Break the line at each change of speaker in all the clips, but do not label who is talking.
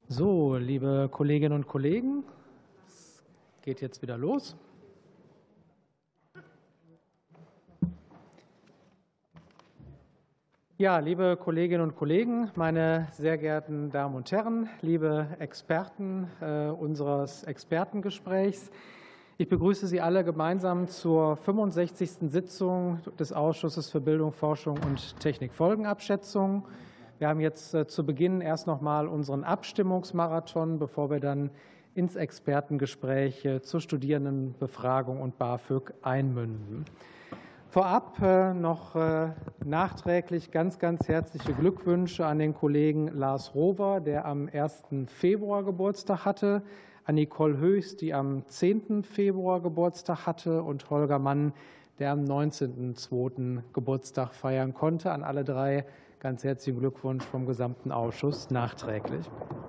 So, liebe Kolleginnen und Kollegen, es geht jetzt wieder los. Ja, liebe Kolleginnen und Kollegen, meine sehr geehrten Damen und Herren, liebe Experten unseres Expertengesprächs, ich begrüße Sie alle gemeinsam zur 65. Sitzung des Ausschusses für Bildung, Forschung und Technikfolgenabschätzung. Wir haben jetzt zu Beginn erst noch mal unseren Abstimmungsmarathon, bevor wir dann ins Expertengespräch zur Studierendenbefragung und BAföG einmünden. Vorab noch nachträglich ganz herzliche Glückwünsche an den Kollegen Lars Rover, der am 1. Februar Geburtstag hatte, an Nicole Höchst, die am 10. Februar Geburtstag hatte, und Holger Mann, der am 19.02. Geburtstag feiern konnte. An alle drei ganz herzlichen Glückwunsch vom gesamten Ausschuss nachträglich.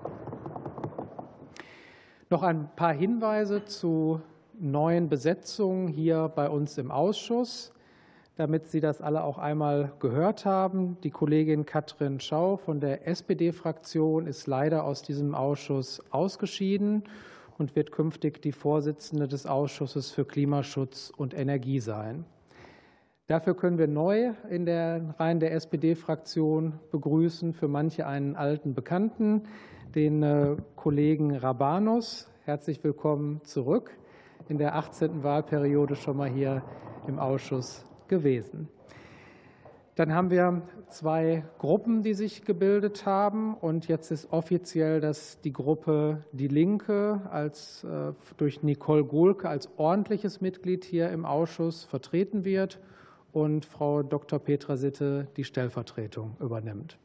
Noch ein paar Hinweise zu neuen Besetzungen hier bei uns im Ausschuss, damit Sie das alle auch einmal gehört haben. Die Kollegin Katrin Schau von der SPD-Fraktion ist leider aus diesem Ausschuss ausgeschieden und wird künftig die Vorsitzende des Ausschusses für Klimaschutz und Energie sein. Dafür können wir neu in den Reihen der SPD-Fraktion begrüßen, für manche einen alten Bekannten, den Kollegen Rabanus. Herzlich willkommen zurück, in der 18. Wahlperiode schon mal hier im Ausschuss gewesen. Dann haben wir zwei Gruppen, die sich gebildet haben, und jetzt ist offiziell, dass die Gruppe Die Linke durch Nicole Gohlke als ordentliches Mitglied hier im Ausschuss vertreten wird und Frau Dr. Petra Sitte die Stellvertretung übernimmt.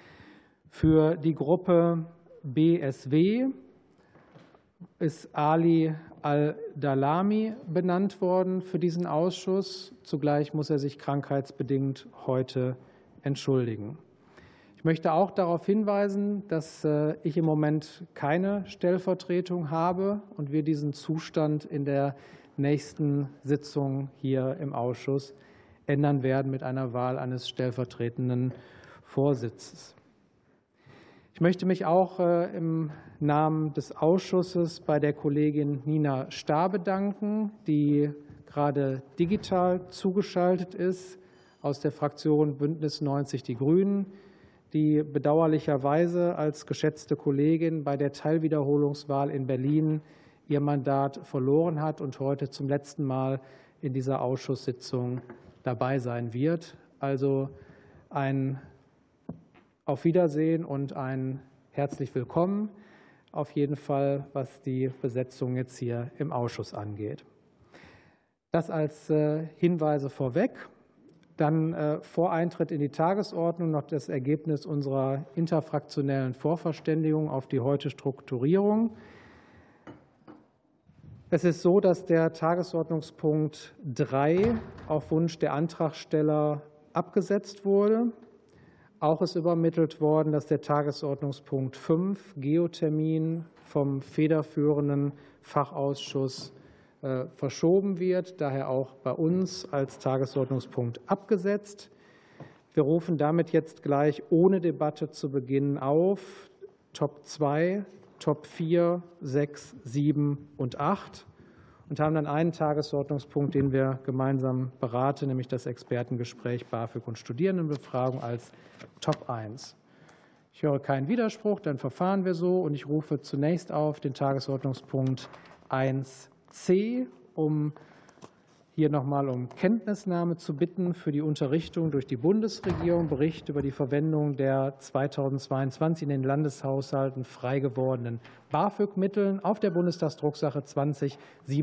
Für die Gruppe BSW ist Ali Al-Dalami benannt worden für diesen Ausschuss. Zugleich muss er sich krankheitsbedingt heute entschuldigen. Ich möchte auch darauf hinweisen, dass ich im Moment keine Stellvertretung habe und wir diesen Zustand in der nächsten Sitzung hier im Ausschuss ändern werden mit einer Wahl eines stellvertretenden Vorsitzes. Ich möchte mich auch im Namen des Ausschusses bei der Kollegin Nina Stahr bedanken, die gerade digital zugeschaltet ist aus der Fraktion Bündnis 90 Die Grünen, die bedauerlicherweise als geschätzte Kollegin bei der Teilwiederholungswahl in Berlin ihr Mandat verloren hat und heute zum letzten Mal in dieser Ausschusssitzung dabei sein wird. Also ein Auf Wiedersehen und ein herzlich willkommen, auf jeden Fall, was die Besetzung jetzt hier im Ausschuss angeht. Das als Hinweise vorweg. Dann vor Eintritt in die Tagesordnung noch das Ergebnis unserer interfraktionellen Vorverständigung auf die heutige Strukturierung. Es ist so, dass der Tagesordnungspunkt 3 auf Wunsch der Antragsteller abgesetzt wurde. Auch ist übermittelt worden, dass der Tagesordnungspunkt 5, Geothermin, vom federführenden Fachausschuss verschoben wird, daher auch bei uns als Tagesordnungspunkt abgesetzt. Wir rufen damit jetzt gleich ohne Debatte zu Beginn auf Top 2, Top 4, 6, 7 und 8 und haben dann einen Tagesordnungspunkt, den wir gemeinsam beraten, nämlich das Expertengespräch BAföG und Studierendenbefragung als Top 1. Ich höre keinen Widerspruch, dann verfahren wir so und ich rufe zunächst auf den Tagesordnungspunkt 1c, um hier nochmal um Kenntnisnahme zu bitten für die Unterrichtung durch die Bundesregierung, Bericht über die Verwendung der 2022 in den Landeshaushalten frei gewordenen BAföG-Mitteln auf der Bundestagsdrucksache 20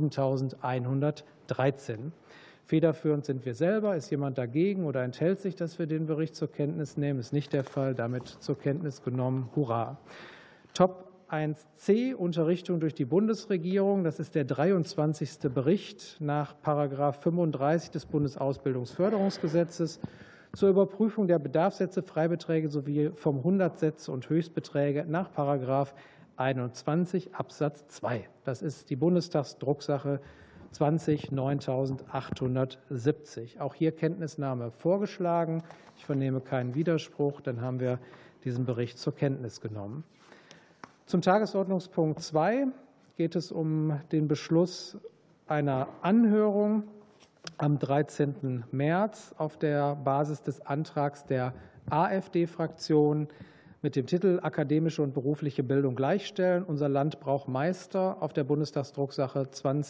7113. Federführend sind wir selber. Ist jemand dagegen oder enthält sich, dass wir den Bericht zur Kenntnis nehmen? Ist nicht der Fall. Damit zur Kenntnis genommen. Hurra. Top 1c, Unterrichtung durch die Bundesregierung. Das ist der 23. Bericht nach § 35 des Bundesausbildungsförderungsgesetzes zur Überprüfung der Bedarfssätze, Freibeträge sowie vom Hundertsätze und Höchstbeträge nach § 21 Absatz 2. Das ist die Bundestagsdrucksache 20 9870. Auch hier Kenntnisnahme vorgeschlagen. Ich vernehme keinen Widerspruch. Dann haben wir diesen Bericht zur Kenntnis genommen. Zum Tagesordnungspunkt 2 geht es um den Beschluss einer Anhörung am 13. März auf der Basis des Antrags der AfD-Fraktion mit dem Titel Akademische und berufliche Bildung gleichstellen. Unser Land braucht Meister auf der Bundestagsdrucksache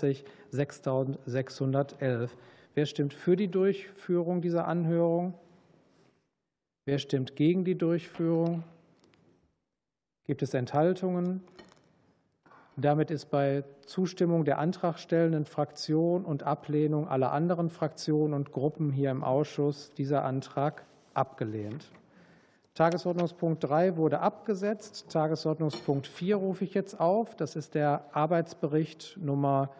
20-6611. Wer stimmt für die Durchführung dieser Anhörung? Wer stimmt gegen die Durchführung? Gibt es Enthaltungen? Damit ist bei Zustimmung der antragstellenden Fraktion und Ablehnung aller anderen Fraktionen und Gruppen hier im Ausschuss dieser Antrag abgelehnt. Tagesordnungspunkt 3 wurde abgesetzt. Tagesordnungspunkt 4 rufe ich jetzt auf. Das ist der Arbeitsbericht Nummer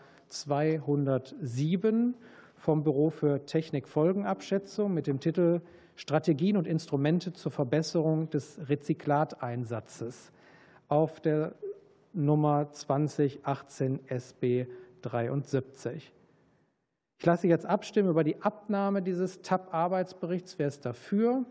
207 vom Büro für Technikfolgenabschätzung mit dem Titel Strategien und Instrumente zur Verbesserung des Rezyklateinsatzes auf der Nummer 2018 SB 73. Ich lasse jetzt abstimmen über die Abnahme dieses TAP-Arbeitsberichts. Wer ist dafür?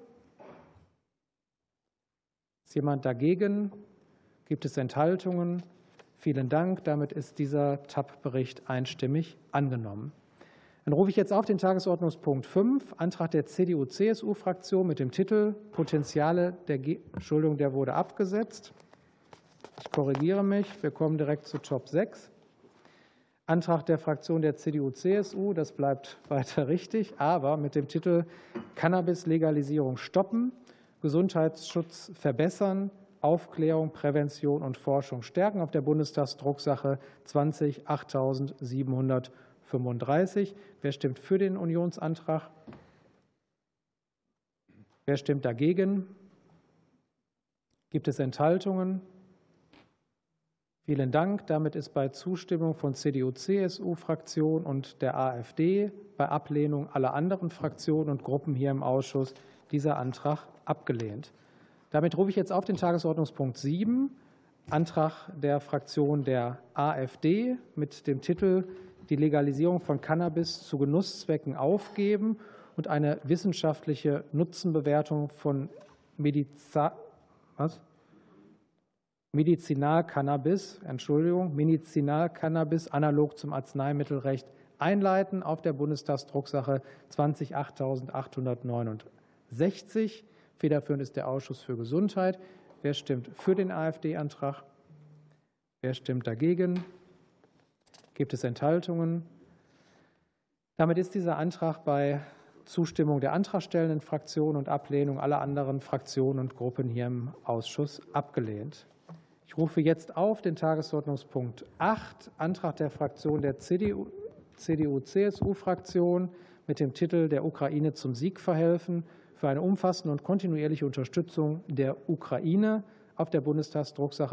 Ist jemand dagegen? Gibt es Enthaltungen? Vielen Dank. Damit ist dieser TAP-Bericht einstimmig angenommen. Dann rufe ich jetzt auf den Tagesordnungspunkt 5, Antrag der CDU-CSU-Fraktion mit dem Titel Potenziale der wurde abgesetzt. Ich korrigiere mich. Wir kommen direkt zu Top 6. Antrag der Fraktion der CDU-CSU, das bleibt weiter richtig, aber mit dem Titel Cannabis-Legalisierung stoppen, Gesundheitsschutz verbessern, Aufklärung, Prävention und Forschung stärken auf der Bundestagsdrucksache 20-8735. Wer stimmt für den Unionsantrag? Wer stimmt dagegen? Gibt es Enthaltungen? Vielen Dank. Damit ist bei Zustimmung von CDU-CSU-Fraktion und der AfD, bei Ablehnung aller anderen Fraktionen und Gruppen hier im Ausschuss dieser Antrag abgelehnt. Damit rufe ich jetzt auf den Tagesordnungspunkt 7, Antrag der Fraktion der AfD mit dem Titel Die Legalisierung von Cannabis zu Genusszwecken aufgeben und eine wissenschaftliche Nutzenbewertung von Medizinalcannabis analog zum Arzneimittelrecht einleiten auf der Bundestagsdrucksache 20-8869. Federführend ist der Ausschuss für Gesundheit. Wer stimmt für den AfD-Antrag? Wer stimmt dagegen? Gibt es Enthaltungen? Damit ist dieser Antrag bei Zustimmung der antragstellenden Fraktion und Ablehnung aller anderen Fraktionen und Gruppen hier im Ausschuss abgelehnt. Ich rufe jetzt auf den Tagesordnungspunkt 8, Antrag der Fraktion der CDU-CSU-Fraktion mit dem Titel Der Ukraine zum Sieg verhelfen für eine umfassende und kontinuierliche Unterstützung der Ukraine auf der Bundestagsdrucksache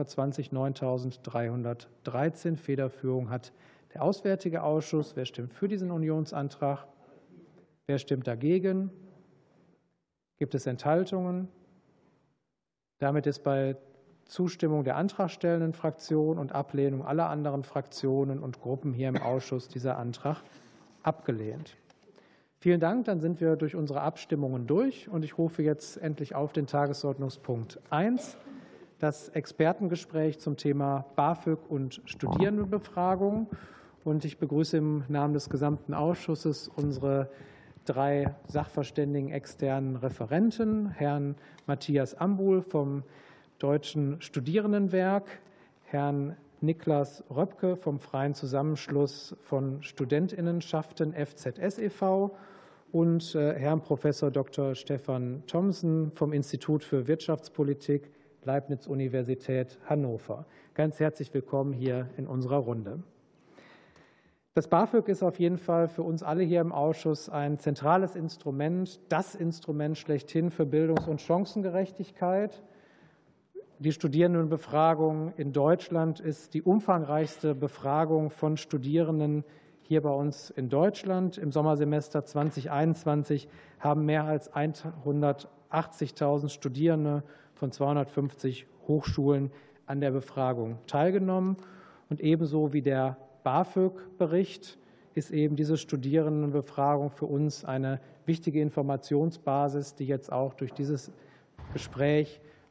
20-9313. Federführung hat der Auswärtige Ausschuss. Wer stimmt für diesen Unionsantrag? Wer stimmt dagegen? Gibt es Enthaltungen? Damit ist bei Zustimmung der antragstellenden Fraktion und Ablehnung aller anderen Fraktionen und Gruppen hier im Ausschuss dieser Antrag abgelehnt. Vielen Dank. Dann sind wir durch unsere Abstimmungen durch. Und ich rufe jetzt endlich auf den Tagesordnungspunkt 1, das Expertengespräch zum Thema BAföG und Studierendenbefragung. Und ich begrüße im Namen des gesamten Ausschusses unsere 3 sachverständigen externen Referenten, Herrn Matthias Ambul vom Deutschen Studierendenwerk, Herrn Niklas Röpke vom Freien Zusammenschluss von Studentinnenschaften FZS e.V. und Herrn Professor Dr. Stefan Thomsen vom Institut für Wirtschaftspolitik, Leibniz-Universität Hannover. Ganz herzlich willkommen hier in unserer Runde. Das BAföG ist auf jeden Fall für uns alle hier im Ausschuss ein zentrales Instrument, das Instrument schlechthin für Bildungs- und Chancengerechtigkeit. Die Studierendenbefragung in Deutschland ist die umfangreichste Befragung von Studierenden hier bei uns in Deutschland. Im Sommersemester 2021 haben mehr als 180.000 Studierende von 250 Hochschulen an der Befragung teilgenommen. Und ebenso wie der BAföG-Bericht ist eben diese Studierendenbefragung für uns eine wichtige Informationsbasis, die jetzt auch durch dieses Gespräch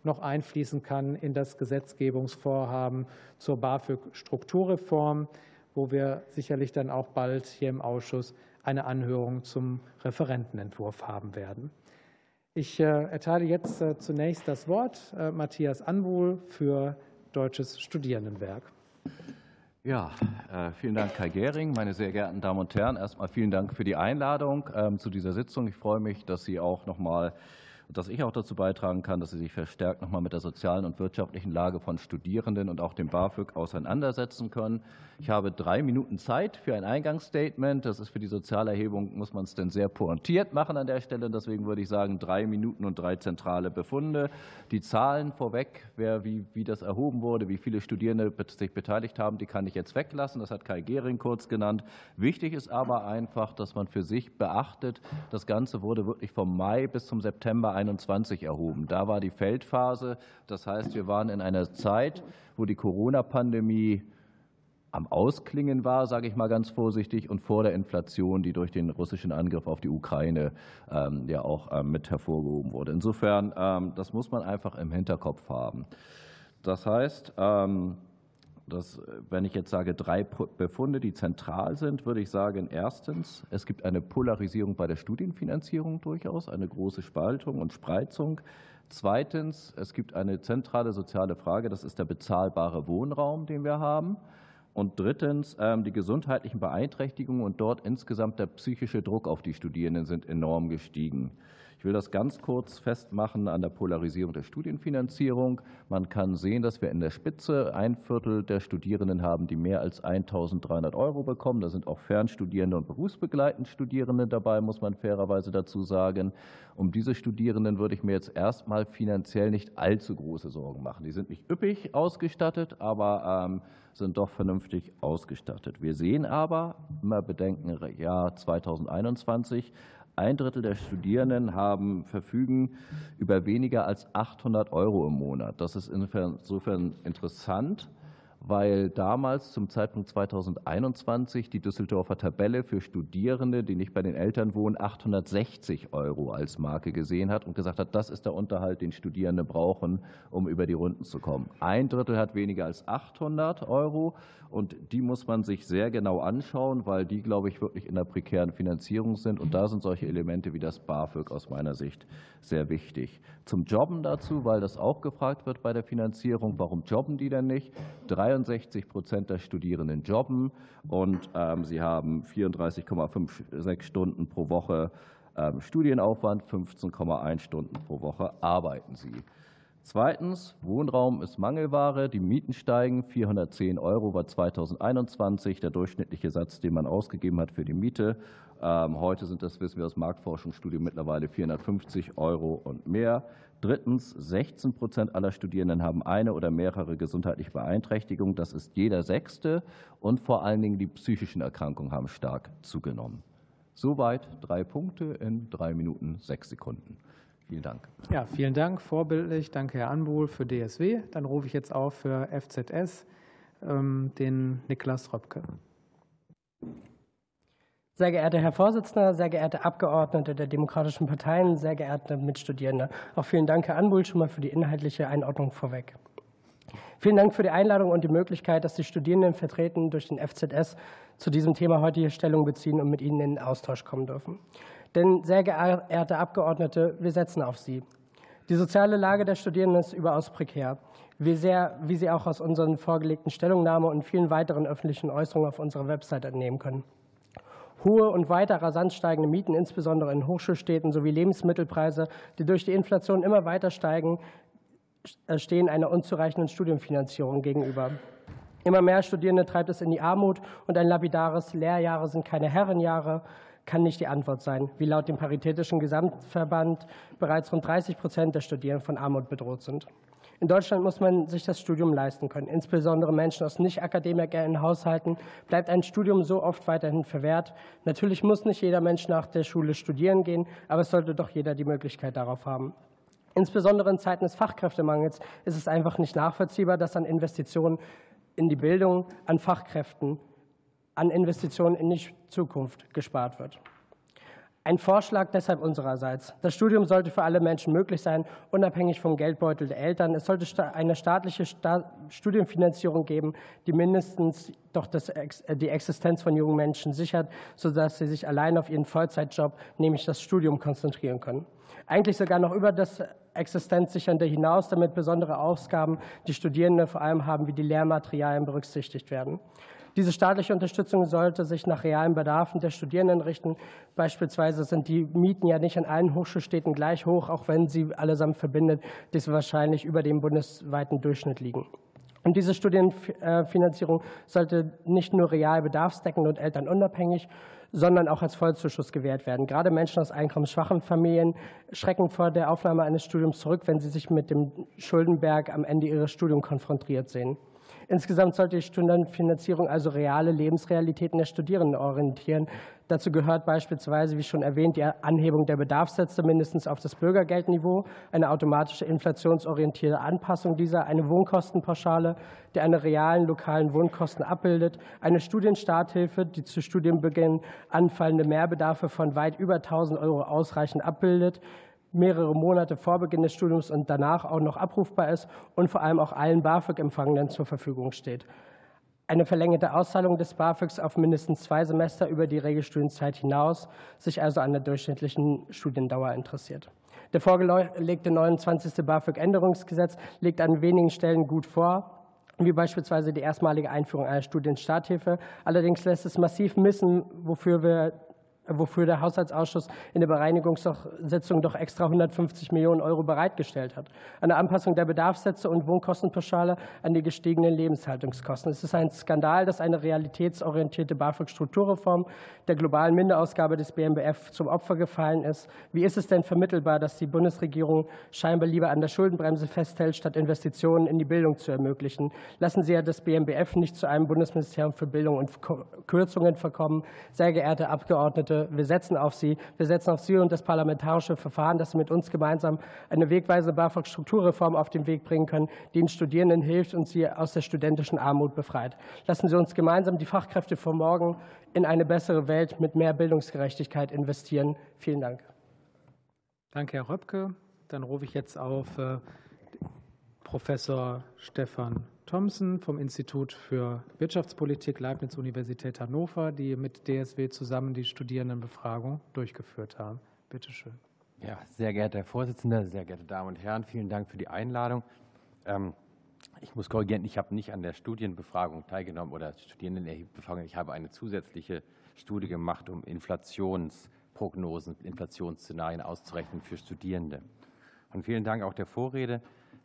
noch einfließen kann in das Gesetzgebungsvorhaben zur BAföG-Strukturreform, wo wir sicherlich dann auch bald hier im Ausschuss eine Anhörung zum Referentenentwurf haben werden. Ich erteile jetzt zunächst das Wort Matthias Anwohl für Deutsches Studierendenwerk.
Ja, vielen Dank, Kai Gehring. Meine sehr geehrten Damen und Herren, erstmal vielen Dank für die Einladung zu dieser Sitzung. Ich freue mich, dass ich auch dazu beitragen kann, dass Sie sich verstärkt noch mal mit der sozialen und wirtschaftlichen Lage von Studierenden und auch dem BAföG auseinandersetzen können. Ich habe 3 Minuten Zeit für ein Eingangsstatement. Das ist für die Sozialerhebung, muss man es denn sehr pointiert machen an der Stelle. Deswegen würde ich sagen, 3 Minuten und 3 zentrale Befunde. Die Zahlen vorweg, wie das erhoben wurde, wie viele Studierende sich beteiligt haben, die kann ich jetzt weglassen. Das hat Kai Gehring kurz genannt. Wichtig ist aber einfach, dass man für sich beachtet, das Ganze wurde wirklich vom Mai bis zum September 2021 erhoben. Da war die Feldphase. Das heißt, wir waren in einer Zeit, wo die Corona-Pandemie am Ausklingen war, sage ich mal ganz vorsichtig, und vor der Inflation, die durch den russischen Angriff auf die Ukraine ja auch mit hervorgehoben wurde. Insofern, das muss man einfach im Hinterkopf haben. Das heißt, wenn ich jetzt sage 3 Befunde, die zentral sind, würde ich sagen, erstens, es gibt eine Polarisierung bei der Studienfinanzierung durchaus, eine große Spaltung und Spreizung. Zweitens, es gibt eine zentrale soziale Frage, das ist der bezahlbare Wohnraum, den wir haben. Und drittens, die gesundheitlichen Beeinträchtigungen und dort insgesamt der psychische Druck auf die Studierenden sind enorm gestiegen. Ich will das ganz kurz festmachen an der Polarisierung der Studienfinanzierung. Man kann sehen, dass wir in der Spitze 1/4 der Studierenden haben, die mehr als 1.300 € bekommen. Da sind auch Fernstudierende und berufsbegleitend Studierende dabei, muss man fairerweise dazu sagen. Um diese Studierenden würde ich mir jetzt erstmal finanziell nicht allzu große Sorgen machen. Die sind nicht üppig ausgestattet, aber sind doch vernünftig ausgestattet. Wir sehen aber, immer bedenken, Jahr 2021, 1/3 der Studierenden verfügen über weniger als 800 € im Monat. Das ist insofern interessant, weil damals zum Zeitpunkt 2021 die Düsseldorfer Tabelle für Studierende, die nicht bei den Eltern wohnen, 860 € als Marke gesehen hat und gesagt hat, das ist der Unterhalt, den Studierende brauchen, um über die Runden zu kommen. 1/3 hat weniger als 800 € und die muss man sich sehr genau anschauen, weil die, glaube ich, wirklich in der prekären Finanzierung sind. Und da sind solche Elemente wie das BAföG aus meiner Sicht sehr wichtig. Zum Jobben dazu, weil das auch gefragt wird bei der Finanzierung, warum jobben die denn nicht? 63% der Studierenden jobben und sie haben 34,56 Stunden pro Woche Studienaufwand, 15,1 Stunden pro Woche arbeiten sie. Zweitens, Wohnraum ist Mangelware, die Mieten steigen, 410 € war 2021 der durchschnittliche Satz, den man ausgegeben hat für die Miete. Heute sind das, wissen wir aus Marktforschungsstudien, mittlerweile 450 € und mehr. Drittens, 16% aller Studierenden haben eine oder mehrere gesundheitliche Beeinträchtigungen. Das ist jeder Sechste. Und vor allen Dingen die psychischen Erkrankungen haben stark zugenommen. Soweit 3 Punkte in 3 Minuten 6 Sekunden. Vielen Dank.
Ja, vielen Dank, vorbildlich. Danke, Herr Anwohl, für DSW. Dann rufe ich jetzt auf für FZS den Niklas Röpke.
Sehr geehrter Herr Vorsitzender, sehr geehrte Abgeordnete der demokratischen Parteien, sehr geehrte Mitstudierende. Auch vielen Dank, Herr Anwohl, schon mal für die inhaltliche Einordnung vorweg. Vielen Dank für die Einladung und die Möglichkeit, dass die Studierenden vertreten durch den FZS zu diesem Thema heute hier Stellung beziehen und mit Ihnen in den Austausch kommen dürfen. Denn, sehr geehrte Abgeordnete, wir setzen auf Sie. Die soziale Lage der Studierenden ist überaus prekär, wie Sie auch aus unseren vorgelegten Stellungnahmen und vielen weiteren öffentlichen Äußerungen auf unserer Website entnehmen können. Hohe und weiter rasant steigende Mieten, insbesondere in Hochschulstädten, sowie Lebensmittelpreise, die durch die Inflation immer weiter steigen, stehen einer unzureichenden Studienfinanzierung gegenüber. Immer mehr Studierende treibt es in die Armut und ein lapidares Lehrjahre sind keine Herrenjahre kann nicht die Antwort sein, wie laut dem Paritätischen Gesamtverband bereits rund 30% der Studierenden von Armut bedroht sind. In Deutschland muss man sich das Studium leisten können. Insbesondere Menschen aus nicht-akademischen Haushalten bleibt ein Studium so oft weiterhin verwehrt. Natürlich muss nicht jeder Mensch nach der Schule studieren gehen, aber es sollte doch jeder die Möglichkeit darauf haben. Insbesondere in Zeiten des Fachkräftemangels ist es einfach nicht nachvollziehbar, dass an Investitionen in die Bildung, an Fachkräften, an Investitionen in die Zukunft gespart wird. Ein Vorschlag deshalb unsererseits. Das Studium sollte für alle Menschen möglich sein, unabhängig vom Geldbeutel der Eltern. Es sollte eine staatliche Studienfinanzierung geben, die mindestens doch die Existenz von jungen Menschen sichert, sodass sie sich allein auf ihren Vollzeitjob, nämlich das Studium, konzentrieren können. Eigentlich sogar noch über das Existenzsichernde hinaus, damit besondere Ausgaben, die Studierende vor allem haben, wie die Lehrmaterialien, berücksichtigt werden. Diese staatliche Unterstützung sollte sich nach realen Bedarfen der Studierenden richten. Beispielsweise sind die Mieten ja nicht an allen Hochschulstädten gleich hoch, auch wenn sie allesamt verbindet, die sie wahrscheinlich über dem bundesweiten Durchschnitt liegen. Und diese Studienfinanzierung sollte nicht nur real bedarfsdeckend und elternunabhängig, sondern auch als Vollzuschuss gewährt werden. Gerade Menschen aus einkommensschwachen Familien schrecken vor der Aufnahme eines Studiums zurück, wenn sie sich mit dem Schuldenberg am Ende ihres Studiums konfrontiert sehen. Insgesamt sollte die Studienfinanzierung also reale Lebensrealitäten der Studierenden orientieren. Dazu gehört beispielsweise, wie schon erwähnt, die Anhebung der Bedarfssätze mindestens auf das Bürgergeldniveau, eine automatische inflationsorientierte Anpassung dieser, eine Wohnkostenpauschale, die eine realen lokalen Wohnkosten abbildet, eine Studienstarthilfe, die zu Studienbeginn anfallende Mehrbedarfe von weit über 1.000 € ausreichend abbildet, mehrere Monate vor Beginn des Studiums und danach auch noch abrufbar ist und vor allem auch allen BAföG-Empfangenden zur Verfügung steht. Eine verlängerte Auszahlung des BAföGs auf mindestens 2 Semester über die Regelstudienzeit hinaus, sich also an der durchschnittlichen Studiendauer interessiert. Der vorgelegte 29. BAföG-Änderungsgesetz legt an wenigen Stellen gut vor, wie beispielsweise die erstmalige Einführung einer Studienstarthilfe. Allerdings lässt es massiv missen, wofür der Haushaltsausschuss in der Bereinigungssitzung doch extra 150 Millionen € bereitgestellt hat. Eine Anpassung der Bedarfssätze und Wohnkostenpauschale an die gestiegenen Lebenshaltungskosten. Es ist ein Skandal, dass eine realitätsorientierte BAföG-Strukturreform der globalen Minderausgabe des BMBF zum Opfer gefallen ist. Wie ist es denn vermittelbar, dass die Bundesregierung scheinbar lieber an der Schuldenbremse festhält, statt Investitionen in die Bildung zu ermöglichen? Lassen Sie ja das BMBF nicht zu einem Bundesministerium für Bildung und Kürzungen verkommen. Sehr geehrte Abgeordnete, wir setzen auf Sie und das parlamentarische Verfahren, dass Sie mit uns gemeinsam eine wegweisende BAföG-Strukturreform auf den Weg bringen können, die den Studierenden hilft und sie aus der studentischen Armut befreit. Lassen Sie uns gemeinsam die Fachkräfte von morgen in eine bessere Welt mit mehr Bildungsgerechtigkeit investieren. Vielen Dank.
Danke, Herr Röpke. Dann rufe ich jetzt auf Professor Stefan Thomsen vom Institut für Wirtschaftspolitik Leibniz-Universität Hannover, die mit DSW zusammen die Studierendenbefragung durchgeführt haben. Bitte schön.
Ja, sehr geehrter Herr Vorsitzender, sehr geehrte Damen und Herren, vielen Dank für die Einladung. Ich muss korrigieren, ich habe nicht an der Studienbefragung teilgenommen oder Studierendenbefragung. Ich habe eine zusätzliche Studie gemacht, um Inflationsprognosen, Inflationsszenarien auszurechnen für Studierende. Und vielen Dank auch der Vorrede.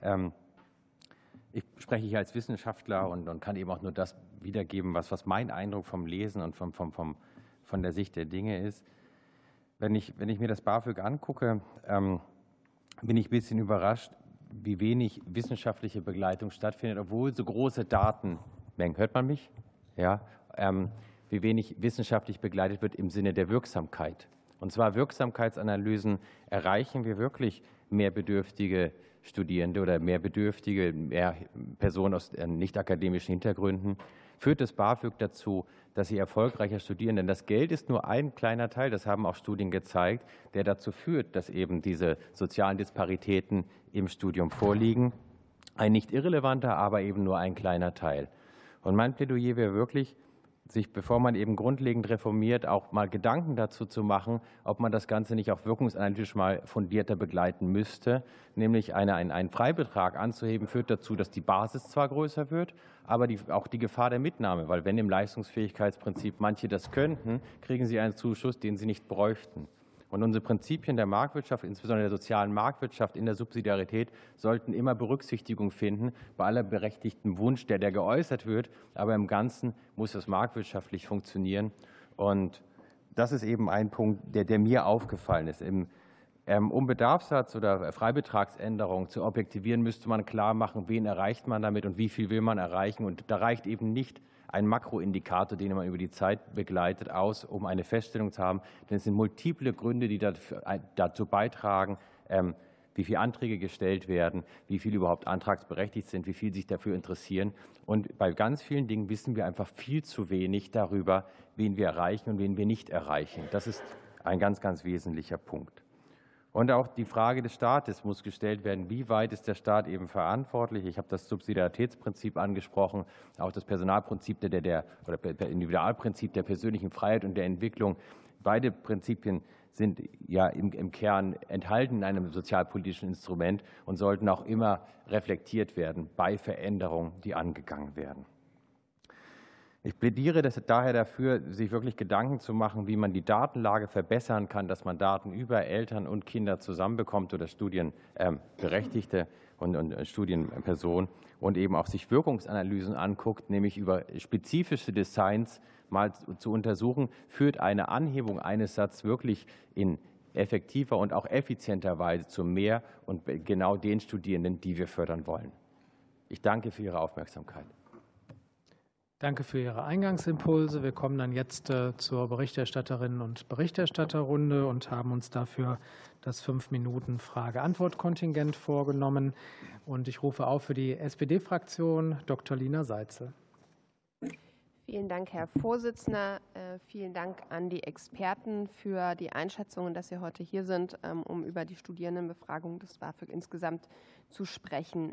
Ich spreche hier als Wissenschaftler und kann eben auch nur das wiedergeben, was mein Eindruck vom Lesen und von der Sicht der Dinge ist. Wenn ich mir das BAföG angucke, bin ich ein bisschen überrascht, wie wenig wissenschaftliche Begleitung stattfindet, obwohl so große Datenmengen, hört man mich? Ja, wie wenig wissenschaftlich begleitet wird im Sinne der Wirksamkeit. Und zwar Wirksamkeitsanalysen, erreichen wir wirklich mehr bedürftige Studierende oder mehr Personen aus nicht akademischen Hintergründen? Führt das BAföG dazu, dass sie erfolgreicher studieren? Denn das Geld ist nur ein kleiner Teil, das haben auch Studien gezeigt, der dazu führt, dass eben diese sozialen Disparitäten im Studium vorliegen. Ein nicht irrelevanter, aber eben nur ein kleiner Teil. Und mein Plädoyer wäre wirklich, sich, bevor man eben grundlegend reformiert, auch mal Gedanken dazu zu machen, ob man das Ganze nicht auch wirkungsanalytisch mal fundierter begleiten müsste. Nämlich einen Freibetrag anzuheben, führt dazu, dass die Basis zwar größer wird, aber auch die Gefahr der Mitnahme. Weil wenn im Leistungsfähigkeitsprinzip manche das könnten, kriegen sie einen Zuschuss, den sie nicht bräuchten. Und unsere Prinzipien der Marktwirtschaft, insbesondere der sozialen Marktwirtschaft in der Subsidiarität, sollten immer Berücksichtigung finden bei aller berechtigten Wunsch, der geäußert wird. Aber im Ganzen muss es marktwirtschaftlich funktionieren. Und das ist eben ein Punkt, der mir aufgefallen ist. Um Bedarfssatz oder Freibetragsänderung zu objektivieren, müsste man klar machen, wen erreicht man damit und wie viel will man erreichen. Und da reicht eben nicht ein Makroindikator, den man über die Zeit begleitet, aus, um eine Feststellung zu haben. Denn es sind multiple Gründe, die dazu beitragen, wie viele Anträge gestellt werden, wie viele überhaupt antragsberechtigt sind, wie viele sich dafür interessieren. Und bei ganz vielen Dingen wissen wir einfach viel zu wenig darüber, wen wir erreichen und wen wir nicht erreichen. Das ist ein ganz, ganz wesentlicher Punkt. Und auch die Frage des Staates muss gestellt werden, wie weit ist der Staat eben verantwortlich? Ich habe das Subsidiaritätsprinzip angesprochen, auch das Personalprinzip oder Individualprinzip der persönlichen Freiheit und der Entwicklung. Beide Prinzipien sind ja im Kern enthalten in einem sozialpolitischen Instrument und sollten auch immer reflektiert werden bei Veränderungen, die angegangen werden. Ich plädiere daher dafür, sich wirklich Gedanken zu machen, wie man die Datenlage verbessern kann, dass man Daten über Eltern und Kinder zusammenbekommt oder Studienberechtigte und Studienpersonen und eben auch sich Wirkungsanalysen anguckt, nämlich über spezifische Designs mal zu untersuchen, führt eine Anhebung eines Satzes wirklich in effektiver und auch effizienter Weise zu mehr und genau den Studierenden, die wir fördern wollen. Ich danke für Ihre Aufmerksamkeit.
Danke für Ihre Eingangsimpulse. Wir kommen dann jetzt zur Berichterstatterinnen- und Berichterstatterrunde und haben uns dafür das 5 Minuten Frage-Antwort-Kontingent vorgenommen. Und ich rufe auf für die SPD-Fraktion Dr. Lina Seitze.
Vielen Dank, Herr Vorsitzender. Vielen Dank an die Experten für die Einschätzungen, dass Sie heute hier sind, um über die Studierendenbefragung des BAföG insgesamt zu sprechen.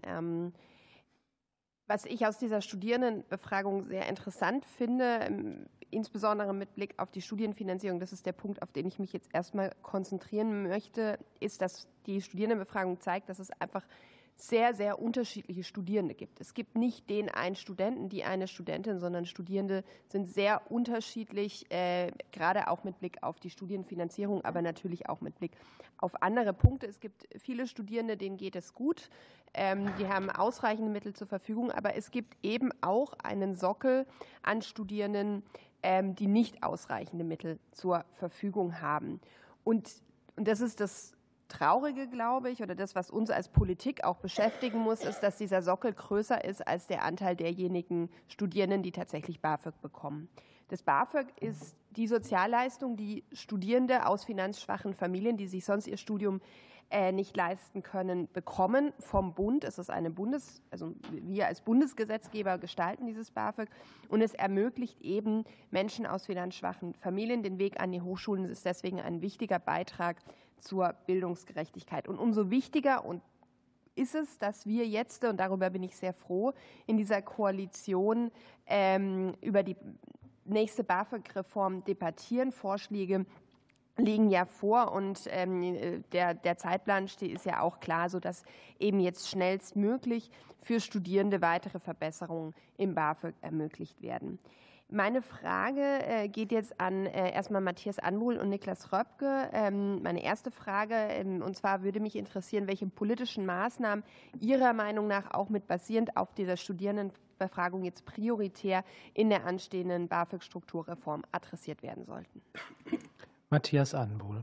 Was ich aus dieser Studierendenbefragung sehr interessant finde, insbesondere mit Blick auf die Studienfinanzierung, das ist der Punkt, auf den ich mich jetzt erstmal konzentrieren möchte, ist, dass die Studierendenbefragung zeigt, dass es einfach sehr, sehr unterschiedliche Studierende gibt. Es gibt nicht den einen Studenten, die eine Studentin, sondern Studierende sind sehr unterschiedlich, gerade auch mit Blick auf die Studienfinanzierung, aber natürlich auch mit Blick auf andere Punkte. Es gibt viele Studierende, denen geht es gut, die haben ausreichende Mittel zur Verfügung, aber es gibt eben auch einen Sockel an Studierenden, die nicht ausreichende Mittel zur Verfügung haben. Und das ist das Traurige, glaube ich, oder das, was uns als Politik auch beschäftigen muss, ist, dass dieser Sockel größer ist als der Anteil derjenigen Studierenden, die tatsächlich BAföG bekommen. Das BAföG ist die Sozialleistung, die Studierende aus finanzschwachen Familien, die sich sonst ihr Studium nicht leisten können, bekommen vom Bund. Es ist also wir als Bundesgesetzgeber gestalten dieses BAföG und es ermöglicht eben Menschen aus finanzschwachen Familien den Weg an die Hochschulen. Es ist deswegen ein wichtiger Beitrag zur Bildungsgerechtigkeit. Und umso wichtiger ist es, dass wir jetzt, und darüber bin ich sehr froh, in dieser Koalition über die nächste BAföG-Reform debattieren. Vorschläge liegen ja vor und der Zeitplan ist ja auch klar, sodass eben jetzt schnellstmöglich für Studierende weitere Verbesserungen im BAföG ermöglicht werden. Meine Frage geht jetzt an erstmal Matthias Anbuhl und Niklas Röpke. Meine erste Frage, und zwar würde mich interessieren, welche politischen Maßnahmen Ihrer Meinung nach auch mit basierend auf dieser Studierendenbefragung jetzt prioritär in der anstehenden BAföG-Strukturreform adressiert werden sollten.
Matthias Anbuhl.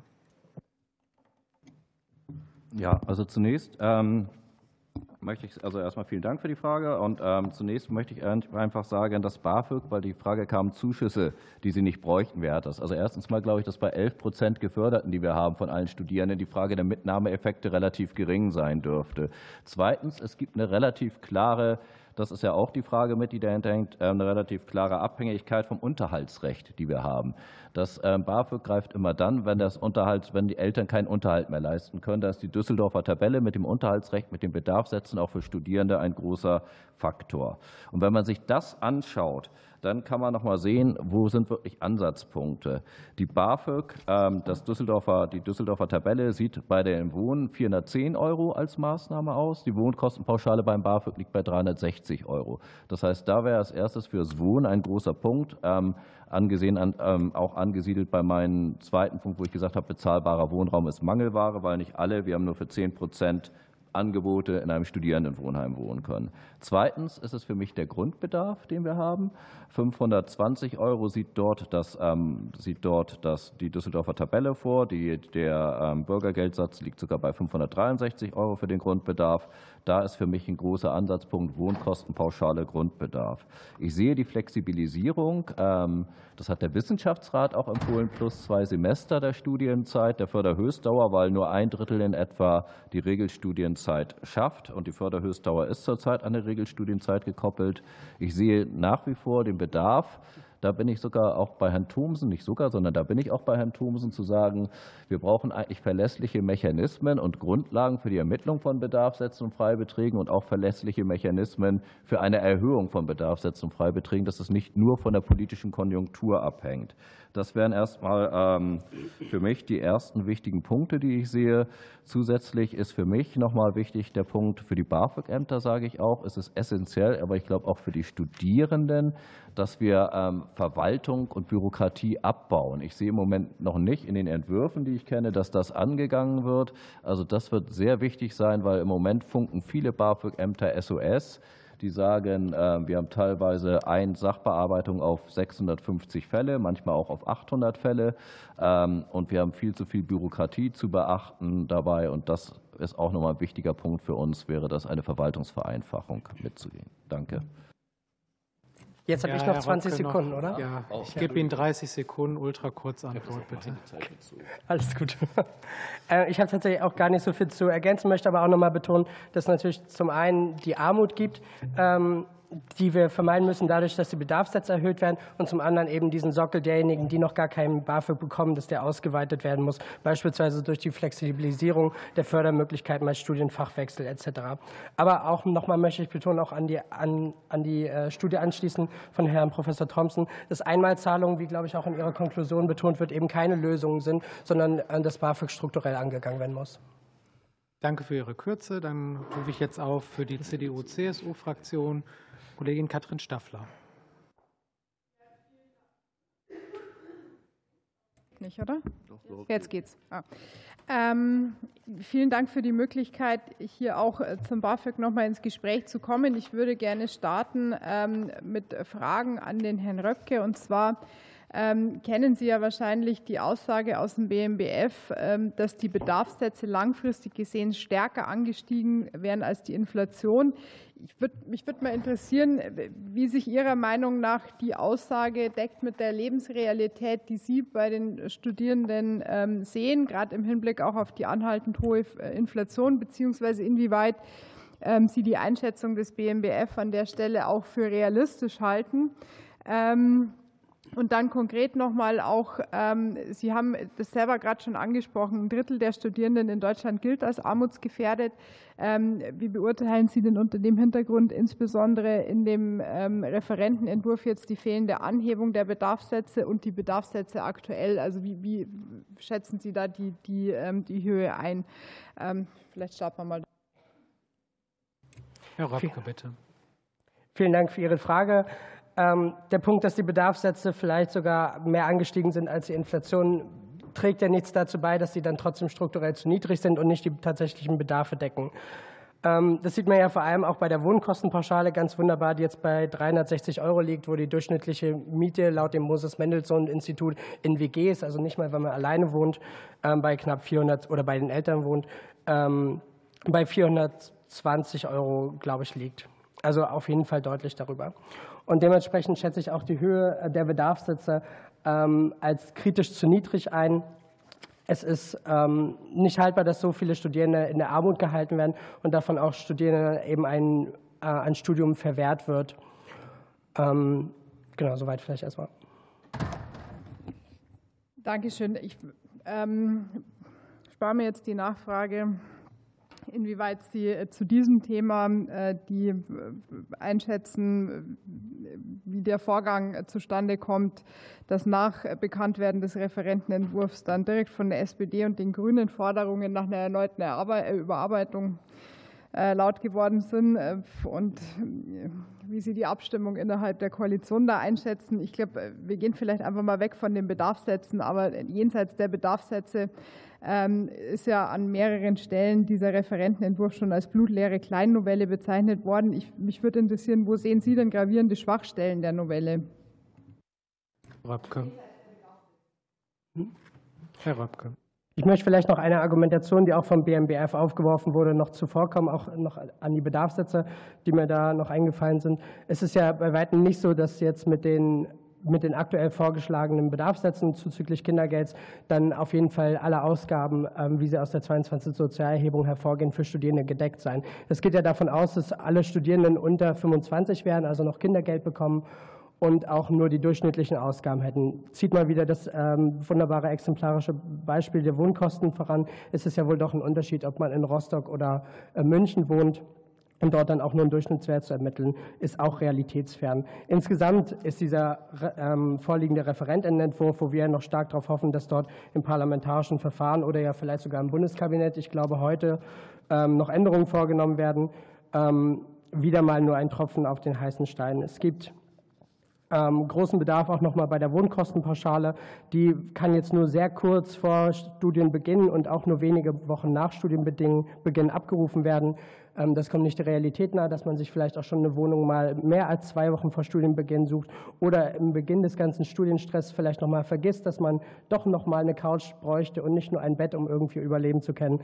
Ja, also zunächst möchte ich, also erstmal vielen Dank für die Frage und zunächst möchte ich einfach sagen, dass BAföG, weil die Frage kam, Zuschüsse, die sie nicht bräuchten, wäre das. Also erstens mal glaube ich, dass bei 11% Geförderten, die wir haben von allen Studierenden, die Frage der Mitnahmeeffekte relativ gering sein dürfte. Zweitens, es gibt eine relativ klare, das ist ja auch die Frage mit, die dahinter hängt, eine relativ klare Abhängigkeit vom Unterhaltsrecht, die wir haben. Das BAföG greift immer dann, wenn die Eltern keinen Unterhalt mehr leisten können. Da ist die Düsseldorfer Tabelle mit dem Unterhaltsrecht, mit den Bedarfssätzen auch für Studierende ein großer Faktor. Und wenn man sich das anschaut, dann kann man noch mal sehen, wo sind wirklich Ansatzpunkte. Die BAföG, die Düsseldorfer Tabelle sieht bei den Wohnen 410 € als Maßnahme aus. Die Wohnkostenpauschale beim BAföG liegt bei 360 €. Das heißt, da wäre als erstes fürs Wohnen ein großer Punkt, auch angesiedelt bei meinem zweiten Punkt, wo ich gesagt habe, bezahlbarer Wohnraum ist Mangelware, weil nicht alle, wir haben nur für 10% Angebote in einem Studierendenwohnheim wohnen können. Zweitens ist es für mich der Grundbedarf, den wir haben. 520 € sieht dort die Düsseldorfer Tabelle vor. Der Bürgergeldsatz liegt sogar bei 563 € für den Grundbedarf. Da ist für mich ein großer Ansatzpunkt Wohnkostenpauschale Grundbedarf. Ich sehe die Flexibilisierung, das hat der Wissenschaftsrat auch empfohlen, plus 2 Semester der Studienzeit, der Förderhöchstdauer, weil nur 1/3 in etwa die Regelstudienzeit schafft. Und die Förderhöchstdauer ist zurzeit an eine Regelstudienzeit gekoppelt. Ich sehe nach wie vor den Bedarf, Da bin ich sogar auch bei Herrn Thomsen, nicht sogar, sondern da bin ich auch bei Herrn Thomsen zu sagen, wir brauchen eigentlich verlässliche Mechanismen und Grundlagen für die Ermittlung von Bedarfssätzen und Freibeträgen und auch verlässliche Mechanismen für eine Erhöhung von Bedarfssätzen und Freibeträgen, dass es nicht nur von der politischen Konjunktur abhängt. Das wären erstmal für mich die ersten wichtigen Punkte, die ich sehe. Zusätzlich ist für mich nochmal wichtig der Punkt für die BAföG-Ämter, sage ich auch. Es ist essentiell, aber ich glaube auch für die Studierenden, dass wir Verwaltung und Bürokratie abbauen. Ich sehe im Moment noch nicht in den Entwürfen, die ich kenne, dass das angegangen wird. Also das wird sehr wichtig sein, weil im Moment funken viele BAföG-Ämter SOS. Die sagen, wir haben teilweise eine Sachbearbeitung auf 650 Fälle, manchmal auch auf 800 Fälle. Und wir haben viel zu viel Bürokratie zu beachten dabei. Und das ist auch nochmal ein wichtiger Punkt für uns, wäre das eine Verwaltungsvereinfachung mitzugehen. Danke.
Jetzt habe ich noch 20 Sekunden, oder?
Ja, ich gebe Ihnen 30 Sekunden, ultra kurz Antwort, bitte.
Alles gut. Ich habe tatsächlich auch gar nicht so viel zu ergänzen, möchte aber auch nochmal betonen, dass es natürlich zum einen die Armut gibt, die wir vermeiden müssen, dadurch, dass die Bedarfssätze erhöht werden, und zum anderen eben diesen Sockel derjenigen, die noch gar keinen BAföG bekommen, dass der ausgeweitet werden muss, beispielsweise durch die Flexibilisierung der Fördermöglichkeiten bei Studienfachwechsel etc. Aber auch nochmal möchte ich betonen, auch an die Studie anschließen von Herrn Professor Thomsen, dass Einmalzahlungen, wie glaube ich auch in Ihrer Konklusion betont wird, eben keine Lösungen sind, sondern das BAföG strukturell angegangen werden muss.
Danke für Ihre Kürze. Dann rufe ich jetzt auf für die CDU-CSU-Fraktion Kollegin Katrin Staffler.
Nicht, oder? Jetzt geht's. Vielen Dank für die Möglichkeit, hier auch zum BAföG noch mal ins Gespräch zu kommen. Ich würde gerne starten mit Fragen an den Herrn Röpke. Und zwar kennen Sie ja wahrscheinlich die Aussage aus dem BMBF, dass die Bedarfssätze langfristig gesehen stärker angestiegen wären als die Inflation. Mich würde mal interessieren, wie sich Ihrer Meinung nach die Aussage deckt mit der Lebensrealität, die Sie bei den Studierenden sehen, gerade im Hinblick auch auf die anhaltend hohe Inflation, beziehungsweise inwieweit Sie die Einschätzung des BMBF an der Stelle auch für realistisch halten. Und dann konkret nochmal auch, Sie haben das selber gerade schon angesprochen, 1/3 der Studierenden in Deutschland gilt als armutsgefährdet. Wie beurteilen Sie denn unter dem Hintergrund insbesondere in dem Referentenentwurf jetzt die fehlende Anhebung der Bedarfssätze und die Bedarfssätze aktuell? Also wie schätzen Sie da die Höhe ein? Vielleicht starten wir mal.
Herr Röpke, bitte.
Vielen Dank für Ihre Frage. Der Punkt, dass die Bedarfssätze vielleicht sogar mehr angestiegen sind als die Inflation, trägt ja nichts dazu bei, dass sie dann trotzdem strukturell zu niedrig sind und nicht die tatsächlichen Bedarfe decken. Das sieht man ja vor allem auch bei der Wohnkostenpauschale ganz wunderbar, die jetzt bei 360 € liegt, wo die durchschnittliche Miete laut dem Moses-Mendelssohn-Institut in WGs, also nicht mal, wenn man alleine wohnt, bei knapp 400 oder bei den Eltern wohnt, bei 420 €, glaube ich, liegt. Also auf jeden Fall deutlich darüber. Und dementsprechend schätze ich auch die Höhe der Bedarfssätze als kritisch zu niedrig ein. Es ist nicht haltbar, dass so viele Studierende in der Armut gehalten werden und davon auch Studierenden eben ein Studium verwehrt wird. Genau, soweit vielleicht erstmal.
Dankeschön. Ich spare mir jetzt die Nachfrage, inwieweit Sie zu diesem Thema die einschätzen, wie der Vorgang zustande kommt, dass nach Bekanntwerden des Referentenentwurfs dann direkt von der SPD und den Grünen Forderungen nach einer erneuten Überarbeitung laut geworden sind und wie Sie die Abstimmung innerhalb der Koalition da einschätzen. Ich glaube, wir gehen vielleicht einfach mal weg von den Bedarfssätzen, aber jenseits der Bedarfssätze ist ja an mehreren Stellen dieser Referentenentwurf schon als blutleere Kleinnovelle bezeichnet worden. Mich würde interessieren, wo sehen Sie denn gravierende Schwachstellen der Novelle?
Röpke. Herr Röpke.
Ich möchte vielleicht noch eine Argumentation, die auch vom BMBF aufgeworfen wurde, noch zuvorkommen, auch noch an die Bedarfssätze, die mir da noch eingefallen sind. Es ist ja bei weitem nicht so, dass jetzt mit den aktuell vorgeschlagenen Bedarfssätzen zuzüglich Kindergelds dann auf jeden Fall alle Ausgaben, wie sie aus der 22. Sozialerhebung hervorgehen, für Studierende gedeckt sein. Es geht ja davon aus, dass alle Studierenden unter 25 werden, also noch Kindergeld bekommen. und auch nur die durchschnittlichen Ausgaben hätten. Zieht mal wieder das wunderbare exemplarische Beispiel der Wohnkosten voran. Es ist ja wohl doch ein Unterschied, ob man in Rostock oder München wohnt. Und dort dann auch nur einen Durchschnittswert zu ermitteln, ist auch realitätsfern. Insgesamt ist dieser vorliegende Referentenentwurf, wo wir ja noch stark darauf hoffen, dass dort im parlamentarischen Verfahren oder ja vielleicht sogar im Bundeskabinett, ich glaube heute, noch Änderungen vorgenommen werden, wieder mal nur ein Tropfen auf den heißen Stein. Es gibt großen Bedarf auch nochmal bei der Wohnkostenpauschale. Die kann jetzt nur sehr kurz vor Studienbeginn und auch nur wenige Wochen nach Studienbeginn abgerufen werden. Das kommt nicht der Realität nahe, dass man sich vielleicht auch schon eine Wohnung mal mehr als 2 Wochen vor Studienbeginn sucht oder im Beginn des ganzen Studienstress vielleicht nochmal vergisst, dass man doch nochmal eine Couch bräuchte und nicht nur ein Bett, um irgendwie überleben zu können.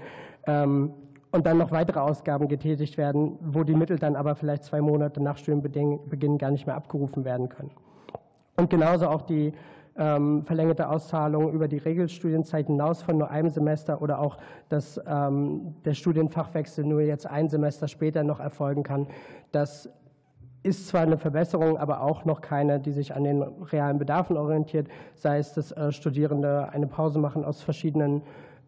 Und dann noch weitere Ausgaben getätigt werden, wo die Mittel dann aber vielleicht 2 Monate nach Studienbeginn gar nicht mehr abgerufen werden können. Und genauso auch die verlängerte Auszahlung über die Regelstudienzeit hinaus von nur einem Semester oder auch, dass der Studienfachwechsel nur jetzt ein Semester später noch erfolgen kann. Das ist zwar eine Verbesserung, aber auch noch keine, die sich an den realen Bedarfen orientiert, sei es, dass Studierende eine Pause machen aus verschiedenen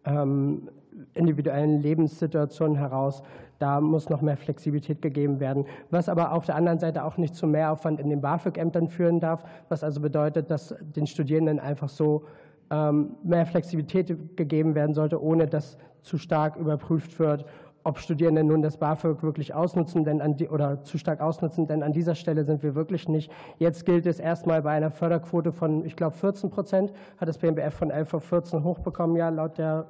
individuellen Lebenssituationen heraus. Da muss noch mehr Flexibilität gegeben werden, was aber auf der anderen Seite auch nicht zu Mehraufwand in den BAföG-Ämtern führen darf, was also bedeutet, dass den Studierenden einfach so mehr Flexibilität gegeben werden sollte, ohne dass zu stark überprüft wird, ob Studierende nun das BAföG wirklich ausnutzen oder zu stark ausnutzen, denn an dieser Stelle sind wir wirklich nicht. Jetzt gilt es erstmal bei einer Förderquote von, ich glaube, 14%, hat das BMBF von 11 auf 14 hochbekommen, ja, laut der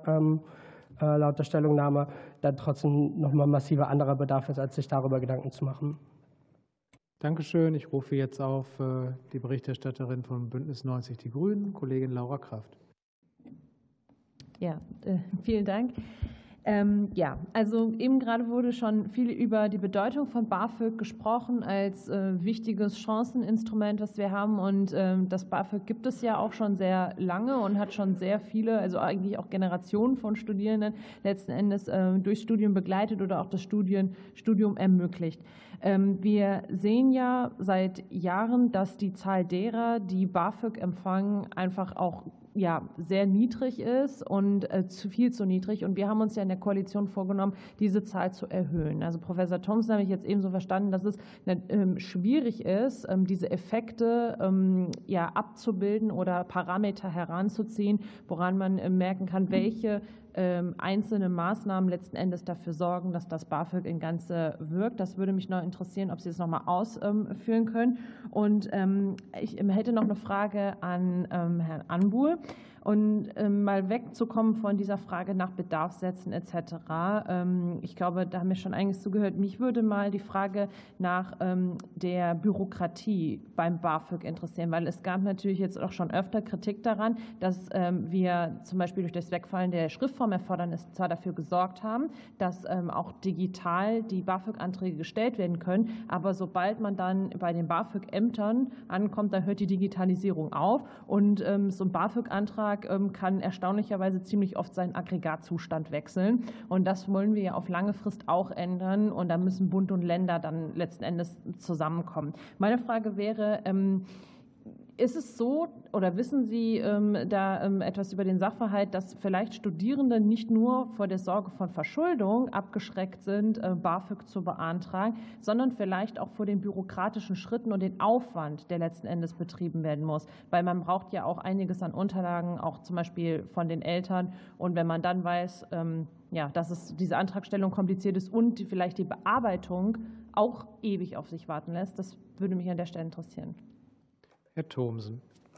Stellungnahme, dann trotzdem nochmal massiver anderer Bedarf ist, als sich darüber Gedanken zu machen.
Dankeschön. Ich rufe jetzt auf die Berichterstatterin von Bündnis 90 Die Grünen, Kollegin Laura Kraft.
Ja, vielen Dank. Ja, also eben gerade wurde schon viel über die Bedeutung von BAföG gesprochen als wichtiges Chanceninstrument, das wir haben. Und das BAföG gibt es ja auch schon sehr lange und hat schon sehr viele, also eigentlich auch Generationen von Studierenden letzten Endes durch Studium begleitet oder auch das Studium ermöglicht. Wir sehen ja seit Jahren, dass die Zahl derer, die BAföG empfangen, einfach auch sehr niedrig ist und viel zu niedrig. Und wir haben uns ja in der Koalition vorgenommen, diese Zahl zu erhöhen. Also Professor Thompson habe ich jetzt ebenso verstanden, dass es schwierig ist, diese Effekte abzubilden oder Parameter heranzuziehen, woran man merken kann, welche einzelne Maßnahmen letzten Endes dafür sorgen, dass das BAföG in Ganze wirkt. Das würde mich noch interessieren, ob Sie das nochmal ausführen können. Und ich hätte noch eine Frage an Herrn Anbuhl. Und mal wegzukommen von dieser Frage nach Bedarfssätzen etc. Ich glaube, da haben wir schon einiges zugehört. Mich würde mal die Frage nach der Bürokratie beim BAföG interessieren, weil es gab natürlich jetzt auch schon öfter Kritik daran, dass wir zum Beispiel durch das Wegfallen der Schriftformerfordernis zwar dafür gesorgt haben, dass auch digital die BAföG-Anträge gestellt werden können, aber sobald man dann bei den BAföG-Ämtern ankommt, da hört die Digitalisierung auf und so ein BAföG-Antrag kann erstaunlicherweise ziemlich oft seinen Aggregatzustand wechseln. Und das wollen wir ja auf lange Frist auch ändern. Und da müssen Bund und Länder dann letzten Endes zusammenkommen. Meine Frage wäre, ist es so oder wissen Sie etwas über den Sachverhalt, dass vielleicht Studierende nicht nur vor der Sorge von Verschuldung abgeschreckt sind, BAföG zu beantragen, sondern vielleicht auch vor den bürokratischen Schritten und den Aufwand, der letzten Endes betrieben werden muss? Weil man braucht ja auch einiges an Unterlagen, auch zum Beispiel von den Eltern. Und wenn man dann weiß, dass diese Antragstellung kompliziert ist und vielleicht die Bearbeitung auch ewig auf sich warten lässt, das würde mich an der Stelle interessieren.
Herr Thomsen.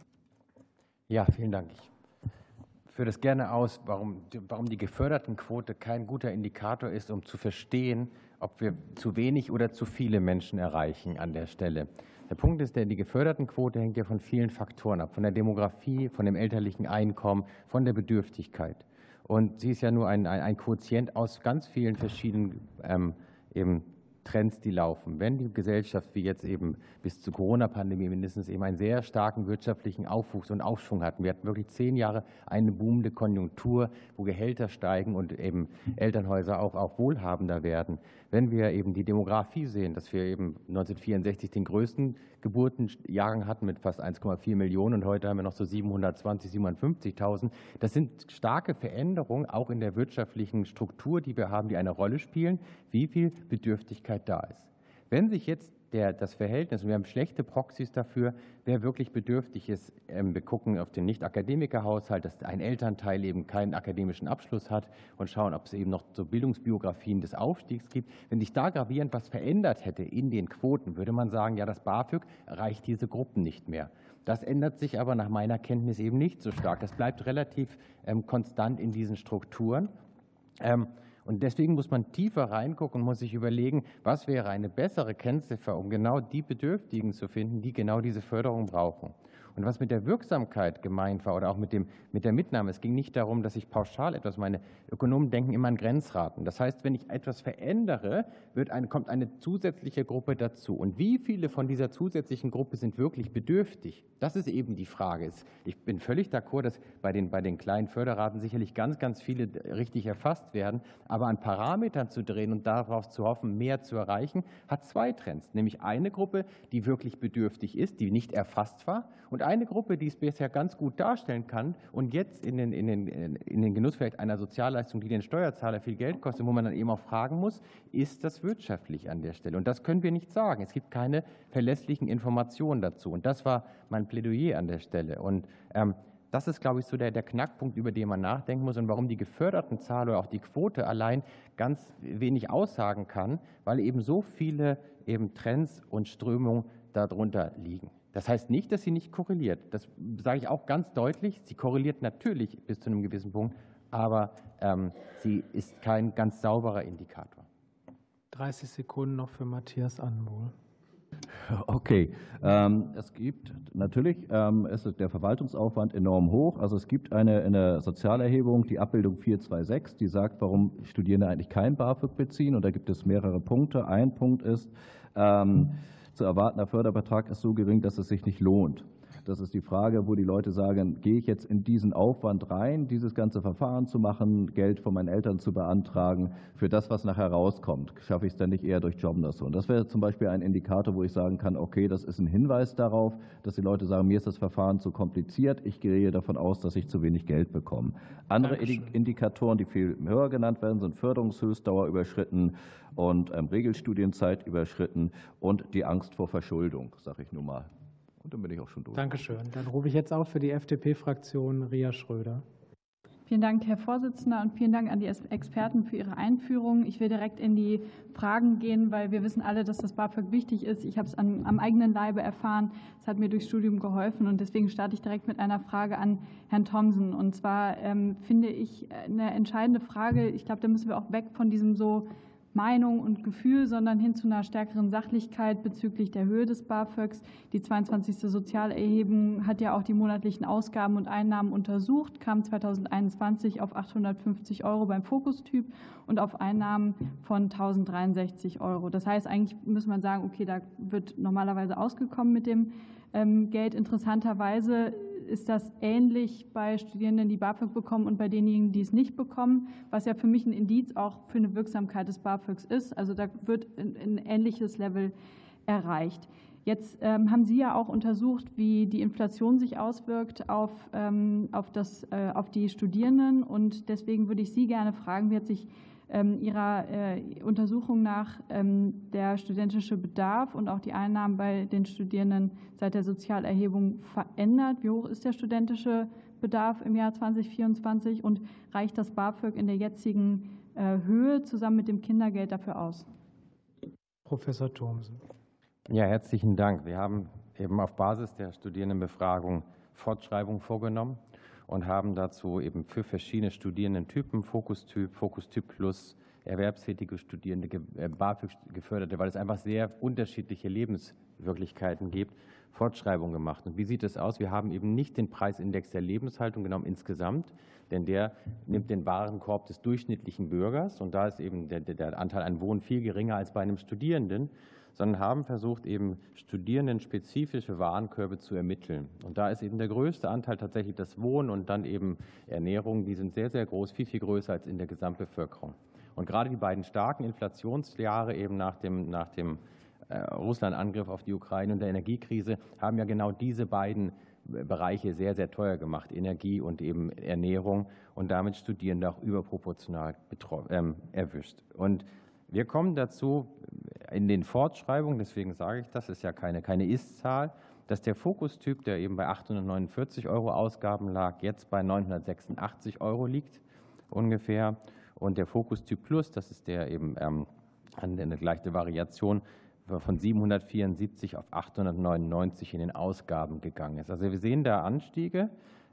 Ja, vielen Dank. Ich führe das gerne aus, warum die Gefördertenquote kein guter Indikator ist, um zu verstehen, ob wir zu wenig oder zu viele Menschen erreichen an der Stelle. Der Punkt ist, die Gefördertenquote hängt ja von vielen Faktoren ab, von der Demografie, von dem elterlichen Einkommen, von der Bedürftigkeit. Und sie ist ja nur ein Quotient aus ganz vielen verschiedenen Trends, die laufen. Wenn die Gesellschaft wie jetzt eben bis zur Corona-Pandemie mindestens eben einen sehr starken wirtschaftlichen Aufwuchs und Aufschwung hatten. Wir hatten wirklich 10 Jahre eine boomende Konjunktur, wo Gehälter steigen und eben Elternhäuser auch wohlhabender werden. Wenn wir eben die Demografie sehen, dass wir eben 1964 den größten Geburtenjahrgang hatten mit fast 1,4 Millionen und heute haben wir noch so 720.000, 750.000. Das sind starke Veränderungen auch in der wirtschaftlichen Struktur, die wir haben, die eine Rolle spielen, wie viel Bedürftigkeit da ist. Wenn sich jetzt das Verhältnis, und wir haben schlechte Proxys dafür, wer wirklich bedürftig ist, wir gucken auf den Nicht-Akademiker-Haushalt, dass ein Elternteil eben keinen akademischen Abschluss hat und schauen, ob es eben noch so Bildungsbiografien des Aufstiegs gibt. Wenn sich da gravierend was verändert hätte in den Quoten, würde man sagen, ja, das BAföG erreicht diese Gruppen nicht mehr. Das ändert sich aber nach meiner Kenntnis eben nicht so stark. Das bleibt relativ konstant in diesen Strukturen. Und deswegen muss man tiefer reingucken und muss sich überlegen, was wäre eine bessere Kennziffer, um genau die Bedürftigen zu finden, die genau diese Förderung brauchen. Und was mit der Wirksamkeit gemeint war oder auch mit der Mitnahme, es ging nicht darum, dass ich pauschal etwas meine. Ökonomen denken immer an Grenzraten. Das heißt, wenn ich etwas verändere, kommt eine zusätzliche Gruppe dazu. Und wie viele von dieser zusätzlichen Gruppe sind wirklich bedürftig? Das ist eben die Frage. Ich bin völlig d'accord, dass bei den kleinen Förderraten sicherlich ganz, ganz viele richtig erfasst werden. Aber an Parametern zu drehen und darauf zu hoffen, mehr zu erreichen, hat zwei Trends. Nämlich eine Gruppe, die wirklich bedürftig ist, die nicht erfasst war, und eine Gruppe, die es bisher ganz gut darstellen kann und jetzt in den Genuss vielleicht einer Sozialleistung, die den Steuerzahler viel Geld kostet, wo man dann eben auch fragen muss, ist das wirtschaftlich an der Stelle? Und das können wir nicht sagen. Es gibt keine verlässlichen Informationen dazu. Und das war mein Plädoyer an der Stelle. Und das ist, glaube ich, so der Knackpunkt, über den man nachdenken muss und warum die geförderten Zahlen oder auch die Quote allein ganz wenig aussagen kann, weil eben so viele eben Trends und Strömungen darunter liegen. Das heißt nicht, dass sie nicht korreliert. Das sage ich auch ganz deutlich. Sie korreliert natürlich bis zu einem gewissen Punkt, aber sie ist kein ganz sauberer Indikator.
30 Sekunden noch für Matthias Anwohl.
Okay, es gibt natürlich, ist der Verwaltungsaufwand enorm hoch. Also es gibt eine Sozialerhebung, die Abbildung 426, die sagt, warum Studierende eigentlich kein BAföG beziehen. Und da gibt es mehrere Punkte. Ein Punkt ist, zu erwartender Förderbetrag ist so gering, dass es sich nicht lohnt. Das ist die Frage, wo die Leute sagen, gehe ich jetzt in diesen Aufwand rein, dieses ganze Verfahren zu machen, Geld von meinen Eltern zu beantragen, für das, was nachher rauskommt, schaffe ich es dann nicht eher durch Jobben oder so. Und das wäre zum Beispiel ein Indikator, wo ich sagen kann, okay, das ist ein Hinweis darauf, dass die Leute sagen, mir ist das Verfahren zu kompliziert, ich gehe davon aus, dass ich zu wenig Geld bekomme. Andere Indikatoren, die viel höher genannt werden, sind Förderungshöchstdauer überschritten und Regelstudienzeit überschritten und die Angst vor Verschuldung, sage ich nur mal. Und dann bin ich auch schon durch.
Dankeschön. Dann rufe ich jetzt auf für die FDP-Fraktion Ria Schröder.
Vielen Dank, Herr Vorsitzender, und vielen Dank an die Experten für Ihre Einführung. Ich will direkt in die Fragen gehen, weil wir wissen alle, dass das BAföG wichtig ist. Ich habe es am eigenen Leibe erfahren. Es hat mir durchs Studium geholfen, und deswegen starte ich direkt mit einer Frage an Herrn Thomsen. Und zwar finde ich eine entscheidende Frage, ich glaube, da müssen wir auch weg von diesem so Meinung und Gefühl, sondern hin zu einer stärkeren Sachlichkeit bezüglich der Höhe des BAföGs. Die 22. Sozialerhebung hat ja auch die monatlichen Ausgaben und Einnahmen untersucht, kam 2021 auf 850 € beim Fokustyp und auf Einnahmen von 1.063 €. Das heißt, eigentlich muss man sagen, okay, da wird normalerweise ausgekommen mit dem Geld. Interessanterweise ist das ähnlich bei Studierenden, die BAföG bekommen, und bei denjenigen, die es nicht bekommen, was ja für mich ein Indiz auch für eine Wirksamkeit des BAföGs ist. Also da wird ein ähnliches Level erreicht. Jetzt haben Sie ja auch untersucht, wie die Inflation sich auswirkt auf die Studierenden, und deswegen würde ich Sie gerne fragen, wie hat sich Ihrer Untersuchung nach der studentische Bedarf und auch die Einnahmen bei den Studierenden seit der Sozialerhebung verändert? Wie hoch ist der studentische Bedarf im Jahr 2024 und reicht das BAföG in der jetzigen Höhe zusammen mit dem Kindergeld dafür aus?
Professor Thomsen.
Ja, herzlichen Dank. Wir haben eben auf Basis der Studierendenbefragung Fortschreibung vorgenommen und haben dazu eben für verschiedene Studierendentypen, Fokustyp, Fokustyp Plus, erwerbstätige Studierende, BAföG geförderte, weil es einfach sehr unterschiedliche Lebenswirklichkeiten gibt, Fortschreibung gemacht. Und wie sieht es aus? Wir haben eben nicht den Preisindex der Lebenshaltung genommen insgesamt, denn der nimmt den Warenkorb des durchschnittlichen Bürgers und da ist eben der Anteil an Wohnen viel geringer als bei einem Studierenden, sondern haben versucht, eben studierendenspezifische Warenkörbe zu ermitteln. Und da ist eben der größte Anteil tatsächlich das Wohnen und dann eben Ernährung, die sind sehr, sehr groß, viel, viel größer als in der Gesamtbevölkerung. Und gerade die beiden starken Inflationsjahre eben nach dem Russland-Angriff auf die Ukraine und der Energiekrise haben ja genau diese beiden Bereiche sehr, sehr teuer gemacht, Energie und eben Ernährung und damit Studierende auch überproportional erwischt. Und wir kommen dazu in den Fortschreibungen, deswegen sage ich, das ist ja keine Ist-Zahl, dass der Fokustyp, der eben bei 849 € Ausgaben lag, jetzt bei 986 € liegt ungefähr. Und der Fokustyp Plus, das ist der eben eine leichte Variation, von 774 auf 899 in den Ausgaben gegangen ist. Also wir sehen da Anstiege.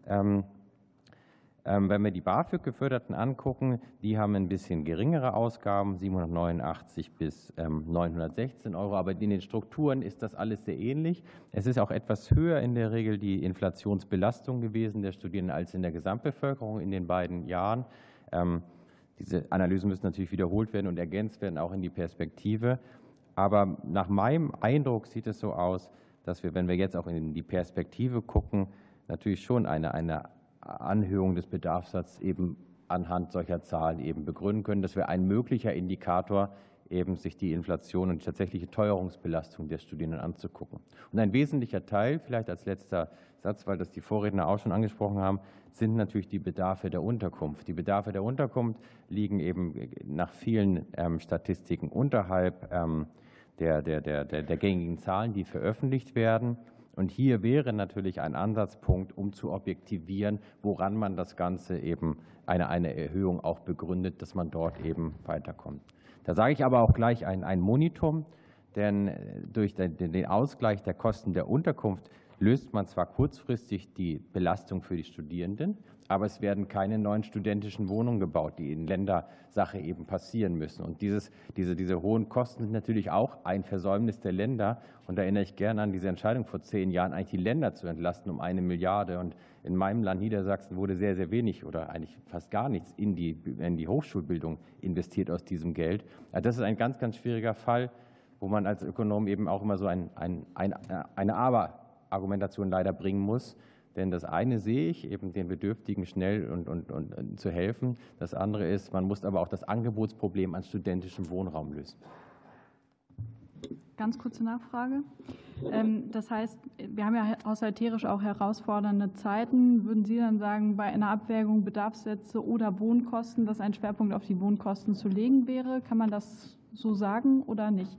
Wenn wir die BAföG-Geförderten angucken, die haben ein bisschen geringere Ausgaben, 789 bis 916 €, aber in den Strukturen ist das alles sehr ähnlich. Es ist auch etwas höher in der Regel die Inflationsbelastung gewesen der Studierenden als in der Gesamtbevölkerung in den beiden Jahren. Diese Analysen müssen natürlich wiederholt werden und ergänzt werden, auch in die Perspektive. Aber nach meinem Eindruck sieht es so aus, dass wir, wenn wir jetzt auch in die Perspektive gucken, natürlich schon eine Anhöhung des Bedarfssatzes eben anhand solcher Zahlen eben begründen können. Das wäre ein möglicher Indikator, eben sich die Inflation und die tatsächliche Teuerungsbelastung der Studierenden anzugucken. Und ein wesentlicher Teil, vielleicht als letzter Satz, weil das die Vorredner auch schon angesprochen haben, sind natürlich die Bedarfe der Unterkunft. Die Bedarfe der Unterkunft liegen eben nach vielen Statistiken unterhalb der gängigen Zahlen, die veröffentlicht werden. Und hier wäre natürlich ein Ansatzpunkt, um zu objektivieren, woran man das Ganze eben eine Erhöhung auch begründet, dass man dort eben weiterkommt. Da sage ich aber auch gleich ein Monitum, denn durch den Ausgleich der Kosten der Unterkunft löst man zwar kurzfristig die Belastung für die Studierenden, aber es werden keine neuen studentischen Wohnungen gebaut, die in Ländersache eben passieren müssen. Und diese hohen Kosten sind natürlich auch ein Versäumnis der Länder. Und da erinnere ich gerne an diese Entscheidung vor 10 Jahren, eigentlich die Länder zu entlasten um 1 Milliarde. Und in meinem Land Niedersachsen wurde sehr, sehr wenig oder eigentlich fast gar nichts in die Hochschulbildung investiert aus diesem Geld. Also das ist ein ganz, ganz schwieriger Fall, wo man als Ökonom eben auch immer so eine Aber-Argumentation leider bringen muss. Denn das eine sehe ich, eben den Bedürftigen schnell und zu helfen. Das andere ist, man muss aber auch das Angebotsproblem an studentischem Wohnraum lösen.
Ganz kurze Nachfrage. Das heißt, wir haben ja haushalterisch auch herausfordernde Zeiten. Würden Sie dann sagen, bei einer Abwägung Bedarfssätze oder Wohnkosten, dass ein Schwerpunkt auf die Wohnkosten zu legen wäre? Kann man das so sagen oder nicht?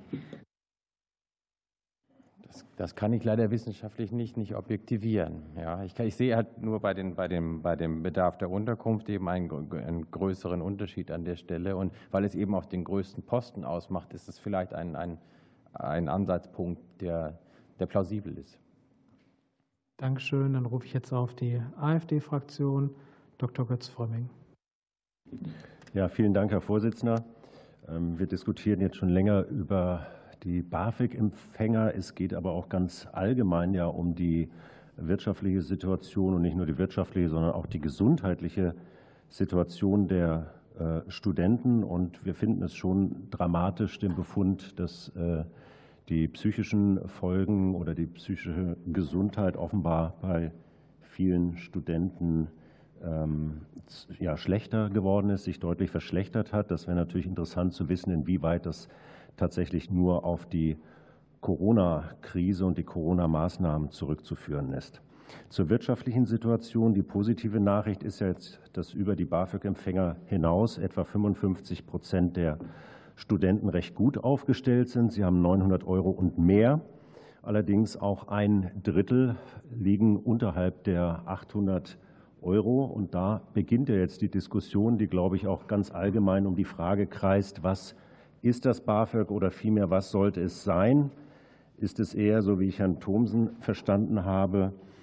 Das kann ich leider wissenschaftlich nicht objektivieren. Ja, ich sehe halt nur bei dem Bedarf der Unterkunft eben einen größeren Unterschied an der Stelle. Und weil es eben auch den größten Posten ausmacht, ist es vielleicht ein Ansatzpunkt, der plausibel ist.
Dankeschön. Dann rufe ich jetzt auf die AfD-Fraktion. Dr. Götz-Frömming.
Ja, vielen Dank, Herr Vorsitzender. Wir diskutieren jetzt schon länger über die BAföG-Empfänger. Es geht aber auch ganz allgemein ja um die wirtschaftliche Situation und nicht nur die wirtschaftliche, sondern auch die gesundheitliche Situation der Studenten. Und wir finden es schon dramatisch, den Befund, dass die psychischen Folgen oder die psychische Gesundheit offenbar bei vielen Studenten schlechter geworden ist, sich deutlich verschlechtert hat. Das wäre natürlich interessant zu wissen, inwieweit das tatsächlich nur auf die Corona-Krise und die Corona-Maßnahmen zurückzuführen ist. Zur wirtschaftlichen Situation. Die positive Nachricht ist ja jetzt, dass über die BAföG-Empfänger hinaus etwa 55% der Studenten recht gut aufgestellt sind. Sie haben 900 € und mehr. Allerdings auch 1/3 liegen unterhalb der 800 €. Und da beginnt ja jetzt die Diskussion, die, glaube ich, auch ganz allgemein um die Frage kreist, was ist das BAföG oder vielmehr, was sollte es sein? Ist es eher, so wie ich Herrn Thomsen verstanden habe,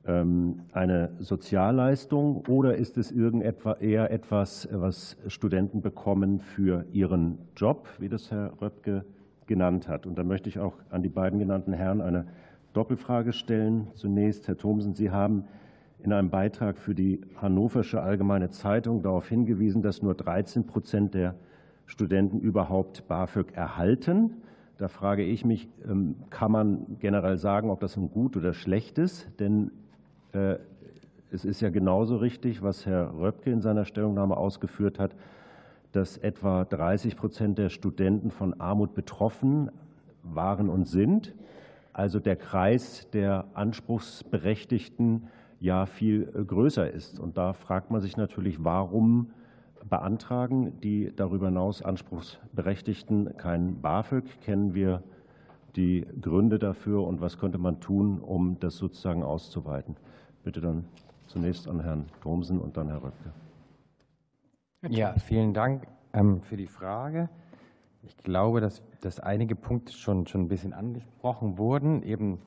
eine Sozialleistung oder ist es eher etwas, was Studenten bekommen für ihren Job, wie das Herr Röpke genannt hat? Und da möchte ich auch an die beiden genannten Herren eine Doppelfrage stellen. Zunächst, Herr Thomsen, Sie haben in einem Beitrag für die Hannoversche Allgemeine Zeitung darauf hingewiesen, dass nur 13% der Studenten überhaupt BAföG erhalten. Da frage ich mich, kann man generell sagen, ob das nun gut oder schlecht ist? Denn es ist ja genauso richtig, was Herr Röpke in seiner Stellungnahme ausgeführt hat, dass etwa 30% der Studenten von Armut betroffen waren und sind. Also der Kreis der Anspruchsberechtigten ja viel größer ist. Und da fragt man sich natürlich, warum beantragen die darüber hinaus Anspruchsberechtigten kein BAföG? Kennen wir die Gründe dafür und was könnte man tun, um das sozusagen auszuweiten? Bitte dann zunächst an Herrn Thomsen und dann Herr Röpke.
Ja, vielen Dank für die Frage. Ich glaube, dass einige Punkte schon ein bisschen angesprochen wurden. Eben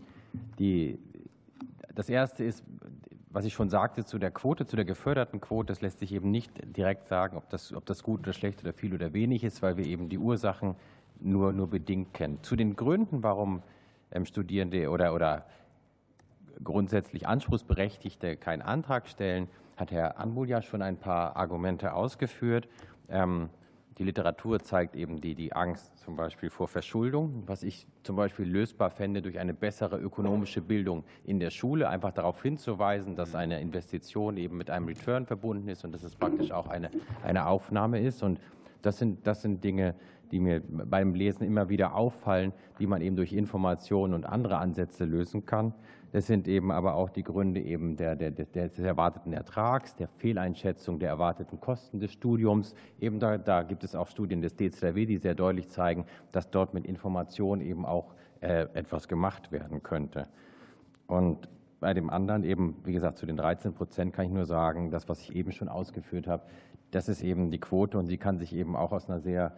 das erste ist, was ich schon sagte zu der Quote, zu der geförderten Quote, das lässt sich eben nicht direkt sagen, ob das gut oder schlecht oder viel oder wenig ist, weil wir eben die Ursachen nur bedingt kennen. Zu den Gründen, warum Studierende oder grundsätzlich Anspruchsberechtigte keinen Antrag stellen, hat Herr Anbul ja schon ein paar Argumente ausgeführt. Die Literatur zeigt eben die Angst zum Beispiel vor Verschuldung, was ich zum Beispiel lösbar fände durch eine bessere ökonomische Bildung in der Schule, einfach darauf hinzuweisen, dass eine Investition eben mit einem Return verbunden ist und dass es praktisch auch eine Aufnahme ist. Und das sind Dinge, die mir beim Lesen immer wieder auffallen, die man eben durch Informationen und andere Ansätze lösen kann. Das sind eben aber auch die Gründe eben des erwarteten Ertrags, der Fehleinschätzung der erwarteten Kosten des Studiums. Eben da gibt es auch Studien des DZRW, die sehr deutlich zeigen, dass dort mit Informationen eben auch etwas gemacht werden könnte. Und bei dem anderen eben, wie gesagt, zu den 13% kann ich nur sagen, das, was ich eben schon ausgeführt habe, das ist eben die Quote und sie kann sich eben auch aus einer sehr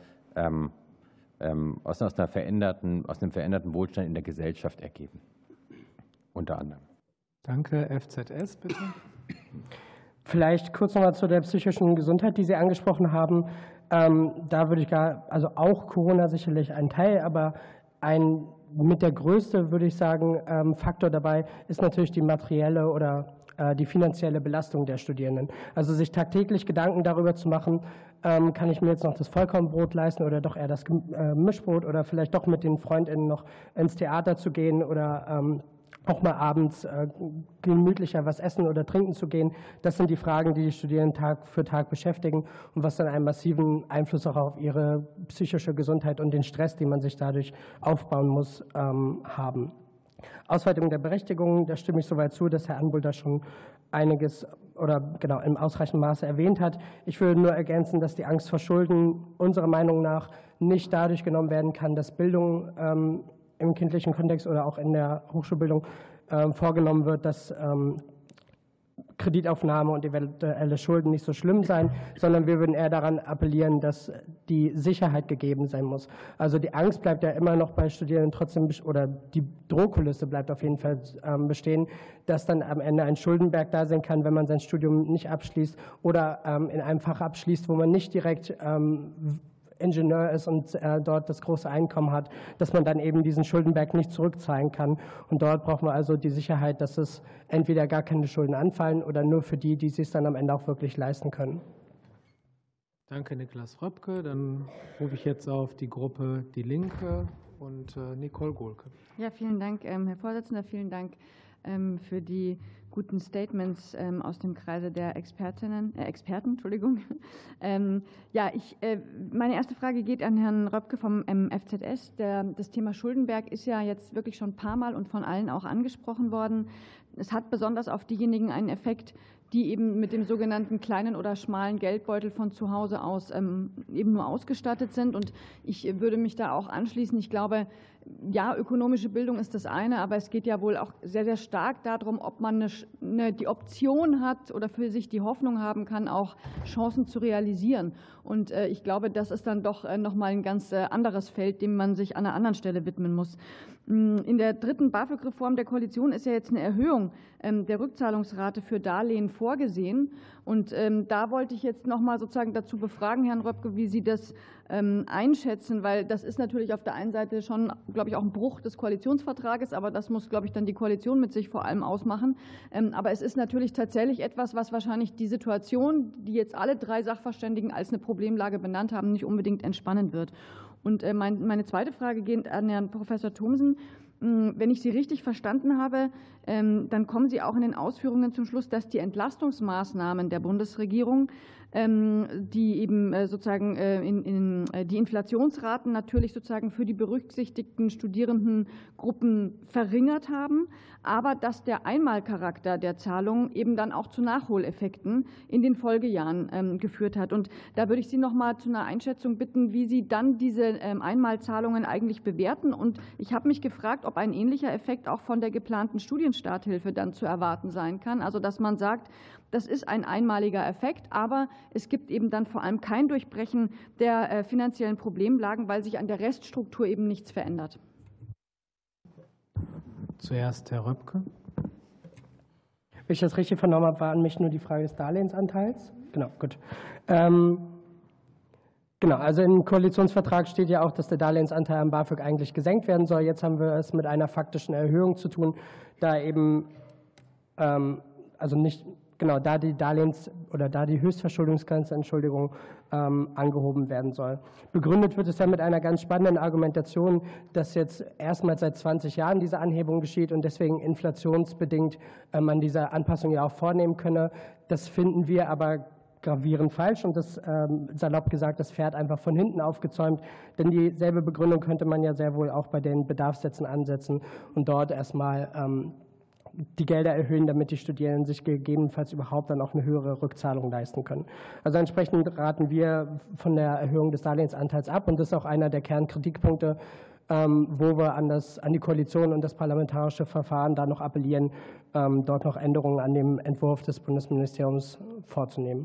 aus einem veränderten Wohlstand in der Gesellschaft ergeben. Unter anderem.
Danke. FZS, bitte.
Vielleicht kurz noch mal zu der psychischen Gesundheit, die Sie angesprochen haben. Da würde ich also auch Corona sicherlich ein Teil, aber mit der größte, würde ich sagen, Faktor dabei ist natürlich die materielle oder die finanzielle Belastung der Studierenden. Also sich tagtäglich Gedanken darüber zu machen, kann ich mir jetzt noch das Vollkornbrot leisten oder doch eher das Mischbrot oder vielleicht doch mit den FreundInnen noch ins Theater zu gehen oder auch mal abends gemütlicher was essen oder trinken zu gehen. Das sind die Fragen, die die Studierenden Tag für Tag beschäftigen und was dann einen massiven Einfluss auch auf ihre psychische Gesundheit und den Stress, den man sich dadurch aufbauen muss, haben. Ausweitung der Berechtigungen, da stimme ich soweit zu, dass Herr Anbul da schon einiges oder genau im ausreichenden Maße erwähnt hat. Ich würde nur ergänzen, dass die Angst vor Schulden unserer Meinung nach nicht dadurch genommen werden kann, dass Bildung im kindlichen Kontext oder auch in der Hochschulbildung vorgenommen wird, dass Kreditaufnahme und eventuelle Schulden nicht so schlimm sein, sondern wir würden eher daran appellieren, dass die Sicherheit gegeben sein muss. Also die Angst bleibt ja immer noch bei Studierenden trotzdem, oder die Drohkulisse bleibt auf jeden Fall bestehen, dass dann am Ende ein Schuldenberg da sein kann, wenn man sein Studium nicht abschließt oder in einem Fach abschließt, wo man nicht direkt Ingenieur ist und dort das große Einkommen hat, dass man dann eben diesen Schuldenberg nicht zurückzahlen kann. Und dort brauchen wir also die Sicherheit, dass es entweder gar keine Schulden anfallen oder nur für die, die es sich dann am Ende auch wirklich leisten können.
Danke, Niklas Röpke. Dann rufe ich jetzt auf die Gruppe Die Linke und Nicole Gohlke.
Ja, vielen Dank, Herr Vorsitzender. Vielen Dank für die guten Statements aus dem Kreise der Experten. Meine erste Frage geht an Herrn Röpke vom FZS. Das Thema Schuldenberg ist ja jetzt wirklich schon ein paar Mal und von allen auch angesprochen worden. Es hat besonders auf diejenigen einen Effekt, die eben mit dem sogenannten kleinen oder schmalen Geldbeutel von zu Hause aus eben nur ausgestattet sind. Und ich würde mich da auch anschließen. Ich glaube, ja, ökonomische Bildung ist das eine, aber es geht ja wohl auch sehr, sehr stark darum, ob man die Option hat oder für sich die Hoffnung haben kann, auch Chancen zu realisieren. Und ich glaube, das ist dann doch nochmal ein ganz anderes Feld, dem man sich an einer anderen Stelle widmen muss. In der dritten BAföG-Reform der Koalition ist ja jetzt eine Erhöhung der Rückzahlungsrate für Darlehen vorgesehen. Und da wollte ich jetzt noch mal sozusagen dazu befragen, Herrn Röpke, wie Sie das einschätzen, weil das ist natürlich auf der einen Seite schon, glaube ich, auch ein Bruch des Koalitionsvertrages, aber das muss, glaube ich, dann die Koalition mit sich vor allem ausmachen. Aber es ist natürlich tatsächlich etwas, was wahrscheinlich die Situation, die jetzt alle drei Sachverständigen als eine Problemlage benannt haben, nicht unbedingt entspannen wird. Und meine zweite Frage geht an Herrn Professor Thomsen. Wenn ich Sie richtig verstanden habe, dann kommen Sie auch in den Ausführungen zum Schluss, dass die Entlastungsmaßnahmen der Bundesregierung, die eben sozusagen die Inflationsraten natürlich sozusagen für die berücksichtigten Studierendengruppen verringert haben, aber dass der Einmalcharakter der Zahlung eben dann auch zu Nachholeffekten in den Folgejahren geführt hat. Und da würde ich Sie noch mal zu einer Einschätzung bitten, wie Sie dann diese Einmalzahlungen eigentlich bewerten. Und ich habe mich gefragt, ob ein ähnlicher Effekt auch von der geplanten Studienstarthilfe dann zu erwarten sein kann. Also dass man sagt, das ist ein einmaliger Effekt, aber es gibt eben dann vor allem kein Durchbrechen der finanziellen Problemlagen, weil sich an der Reststruktur eben nichts verändert.
Zuerst Herr Röpke.
Wenn ich das richtig vernommen habe, war an mich nur die Frage des Darlehensanteils. Genau, gut. Genau, also im Koalitionsvertrag steht ja auch, dass der Darlehensanteil am BAföG eigentlich gesenkt werden soll. Jetzt haben wir es mit einer faktischen Erhöhung zu tun, da eben, also nicht, genau, da die da die Höchstverschuldungsgrenze, angehoben werden soll. Begründet wird es ja mit einer ganz spannenden Argumentation, dass jetzt erstmals seit 20 Jahren diese Anhebung geschieht und deswegen inflationsbedingt man diese Anpassung ja auch vornehmen könne. Das finden wir aber gravierend falsch und das, salopp gesagt, das Pferd einfach von hinten aufgezäumt, denn dieselbe Begründung könnte man ja sehr wohl auch bei den Bedarfssätzen ansetzen und dort erstmal die Gelder erhöhen, damit die Studierenden sich gegebenenfalls überhaupt dann auch eine höhere Rückzahlung leisten können. Also entsprechend raten wir von der Erhöhung des Darlehensanteils ab und das ist auch einer der Kernkritikpunkte, wo wir an die Koalition und das parlamentarische Verfahren da noch appellieren, dort noch Änderungen an dem Entwurf des Bundesministeriums vorzunehmen.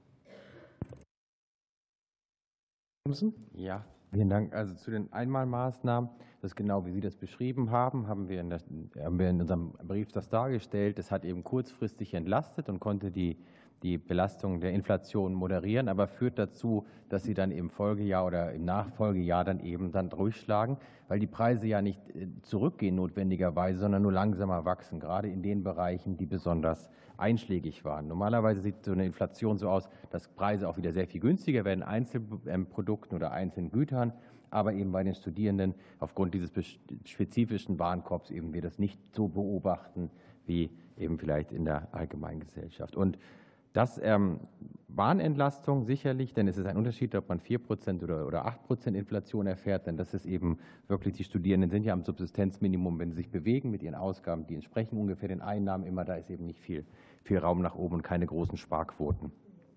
Ja, vielen Dank. Also zu den Einmalmaßnahmen, das ist genau wie Sie das beschrieben haben, haben wir in unserem Brief das dargestellt. Das hat eben kurzfristig entlastet und konnte die Belastung der Inflation moderieren, aber führt dazu, dass sie dann im Folgejahr oder im Nachfolgejahr dann durchschlagen, weil die Preise ja nicht zurückgehen notwendigerweise, sondern nur langsamer wachsen, gerade in den Bereichen, die besonders einschlägig waren. Normalerweise sieht so eine Inflation so aus, dass Preise auch wieder sehr viel günstiger werden, Einzelprodukten oder einzelnen Gütern, aber eben bei den Studierenden aufgrund dieses spezifischen Warenkorbs eben wir das nicht so beobachten wie eben vielleicht in der Allgemeingesellschaft. Und das Warenentlastung sicherlich, denn es ist ein Unterschied, ob man 4% oder 8% Inflation erfährt, denn das ist eben wirklich, die Studierenden sind ja am Subsistenzminimum, wenn sie sich bewegen mit ihren Ausgaben, die entsprechen ungefähr den Einnahmen immer, da ist eben nicht viel Raum nach oben und keine großen Sparquoten.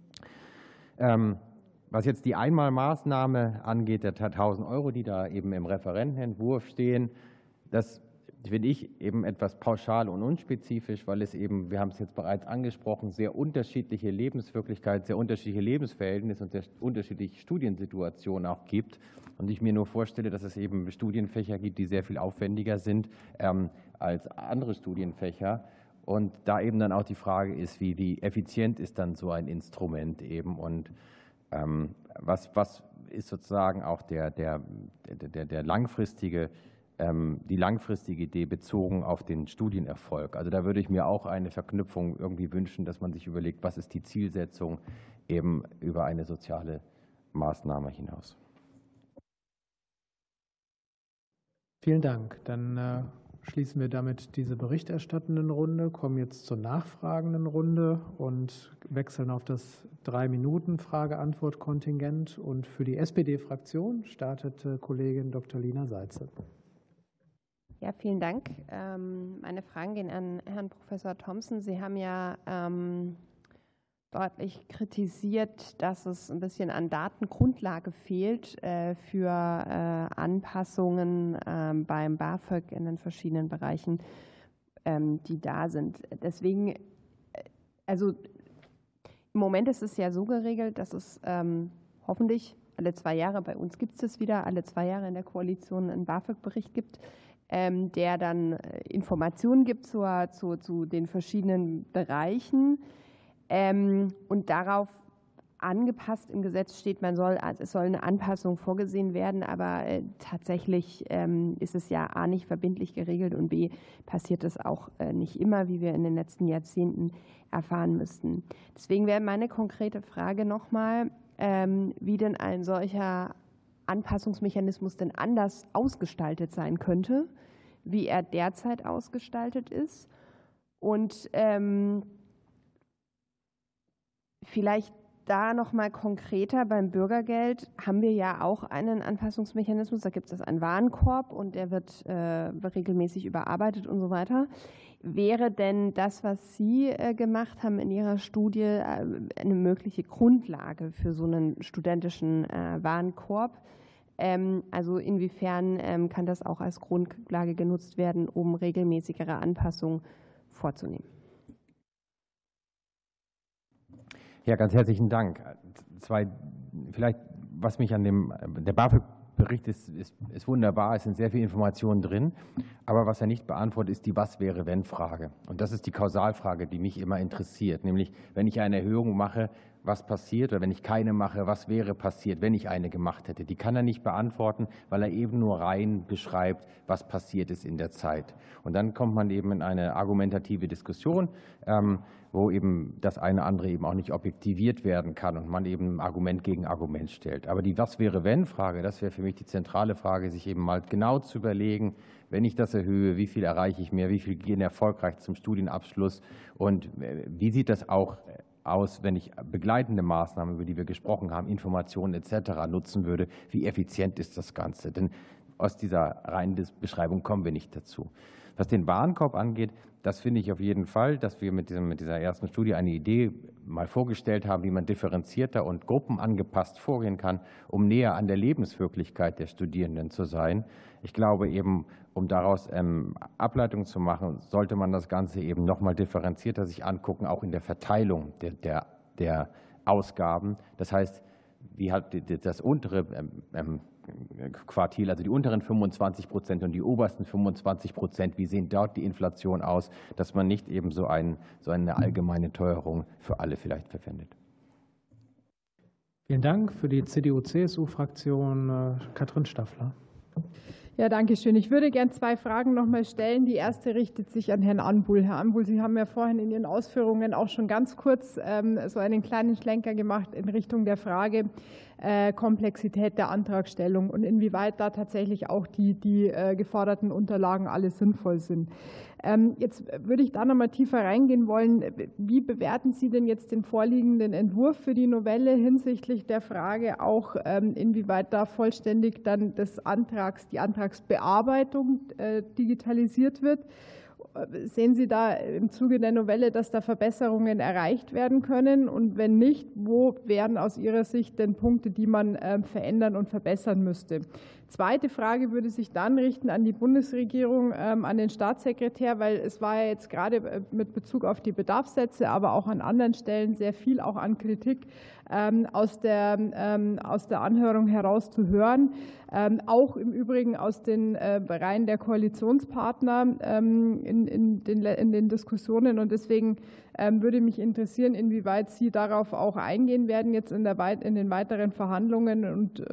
Was jetzt die Einmalmaßnahme angeht, der 1.000 €, die da eben im Referentenentwurf stehen, das finde ich eben etwas pauschal und unspezifisch, weil es eben, wir haben es jetzt bereits angesprochen, sehr unterschiedliche Lebenswirklichkeit, sehr unterschiedliche Lebensverhältnisse und sehr unterschiedliche Studiensituationen auch gibt. Und ich mir nur vorstelle, dass es eben Studienfächer gibt, die sehr viel aufwendiger sind als andere Studienfächer. Und da eben dann auch die Frage ist, wie effizient ist dann so ein Instrument eben und was ist sozusagen auch die langfristige Idee bezogen auf den Studienerfolg. Also da würde ich mir auch eine Verknüpfung irgendwie wünschen, dass man sich überlegt, was ist die Zielsetzung eben über eine soziale Maßnahme hinaus.
Vielen Dank. Dann schließen wir damit diese berichterstattenden Runde, kommen jetzt zur nachfragenden Runde und wechseln auf das 3-Minuten-Frage-Antwort-Kontingent. Und für die SPD-Fraktion startet Kollegin Dr. Lina Seitze.
Ja, vielen Dank. Meine Fragen gehen an Herrn Professor Thomsen. Sie haben ja deutlich kritisiert, dass es ein bisschen an Datengrundlage fehlt für Anpassungen beim BAföG in den verschiedenen Bereichen, die da sind. Deswegen, also im Moment ist es ja so geregelt, dass es hoffentlich alle 2 Jahre, bei uns gibt es das wieder, alle 2 Jahre in der Koalition einen BAföG-Bericht gibt. der dann Informationen gibt zu den verschiedenen Bereichen. Und darauf angepasst im Gesetz steht, es soll eine Anpassung vorgesehen werden, aber tatsächlich ist es ja A nicht verbindlich geregelt und B passiert es auch nicht immer, wie wir in den letzten Jahrzehnten erfahren müssten. Deswegen wäre meine konkrete Frage nochmal, wie denn ein solcher Anpassungsmechanismus denn anders ausgestaltet sein könnte, wie er derzeit ausgestaltet ist und vielleicht da noch mal konkreter, beim Bürgergeld haben wir ja auch einen Anpassungsmechanismus. Da gibt es einen Warenkorb und der wird regelmäßig überarbeitet und so weiter. Wäre denn das, was Sie gemacht haben in Ihrer Studie, eine mögliche Grundlage für so einen studentischen Warenkorb? Also inwiefern kann das auch als Grundlage genutzt werden, um regelmäßigere Anpassungen vorzunehmen?
Ja, ganz herzlichen Dank. Vielleicht, was mich der BAföG-Bericht ist wunderbar, es sind sehr viele Informationen drin, aber was er nicht beantwortet, ist die Was-wäre-wenn-Frage. Und das ist die Kausalfrage, die mich immer interessiert, nämlich, wenn ich eine Erhöhung mache, was passiert, oder wenn ich keine mache, was wäre passiert, wenn ich eine gemacht hätte. Die kann er nicht beantworten, weil er eben nur rein beschreibt, was passiert ist in der Zeit. Und dann kommt man eben in eine argumentative Diskussion, wo eben das eine andere eben auch nicht objektiviert werden kann und man eben Argument gegen Argument stellt. Aber die Was-wäre-wenn-Frage, das wäre für mich die zentrale Frage, sich eben mal genau zu überlegen, wenn ich das erhöhe, wie viel erreiche ich mehr, wie viel gehen erfolgreich zum Studienabschluss und wie sieht das auch aus, wenn ich begleitende Maßnahmen, über die wir gesprochen haben, Informationen etc. nutzen würde, wie effizient ist das Ganze? Denn aus dieser reinen Beschreibung kommen wir nicht dazu. Was den Warenkorb angeht, das finde ich auf jeden Fall, dass wir mit dieser ersten Studie eine Idee mal vorgestellt haben, wie man differenzierter und gruppenangepasst vorgehen kann, um näher an der Lebenswirklichkeit der Studierenden zu sein. Ich glaube eben, um daraus Ableitungen zu machen, sollte man das Ganze eben noch mal differenzierter sich angucken, auch in der Verteilung der Ausgaben. Das heißt, wie hat das untere Quartil, also die unteren 25% und die obersten 25%, wie sehen dort die Inflation aus, dass man nicht eben so eine allgemeine Teuerung für alle vielleicht verwendet.
Vielen Dank. Für die CDU-CSU-Fraktion Katrin Staffler.
Ja, danke schön. Ich würde gerne zwei Fragen noch mal stellen. Die erste richtet sich an Herrn Anbuhl. Herr Anbuhl, Sie haben ja vorhin in Ihren Ausführungen auch schon ganz kurz so einen kleinen Schlenker gemacht in Richtung der Frage Komplexität der Antragstellung und inwieweit da tatsächlich auch die geforderten Unterlagen alle sinnvoll sind. Jetzt würde ich da noch mal tiefer reingehen wollen. Wie bewerten Sie denn jetzt den vorliegenden Entwurf für die Novelle hinsichtlich der Frage auch, inwieweit da vollständig dann die Antragsbearbeitung digitalisiert wird? Sehen Sie da im Zuge der Novelle, dass da Verbesserungen erreicht werden können? Und wenn nicht, wo wären aus Ihrer Sicht denn Punkte, die man verändern und verbessern müsste? Zweite Frage würde sich dann richten an die Bundesregierung, an den Staatssekretär, weil es war ja jetzt gerade mit Bezug auf die Bedarfssätze, aber auch an anderen Stellen sehr viel auch an Kritik aus der Anhörung heraus zu hören, auch im Übrigen aus den Reihen der Koalitionspartner in den Diskussionen. Und deswegen würde mich interessieren, inwieweit Sie darauf auch eingehen werden jetzt in den weiteren Verhandlungen und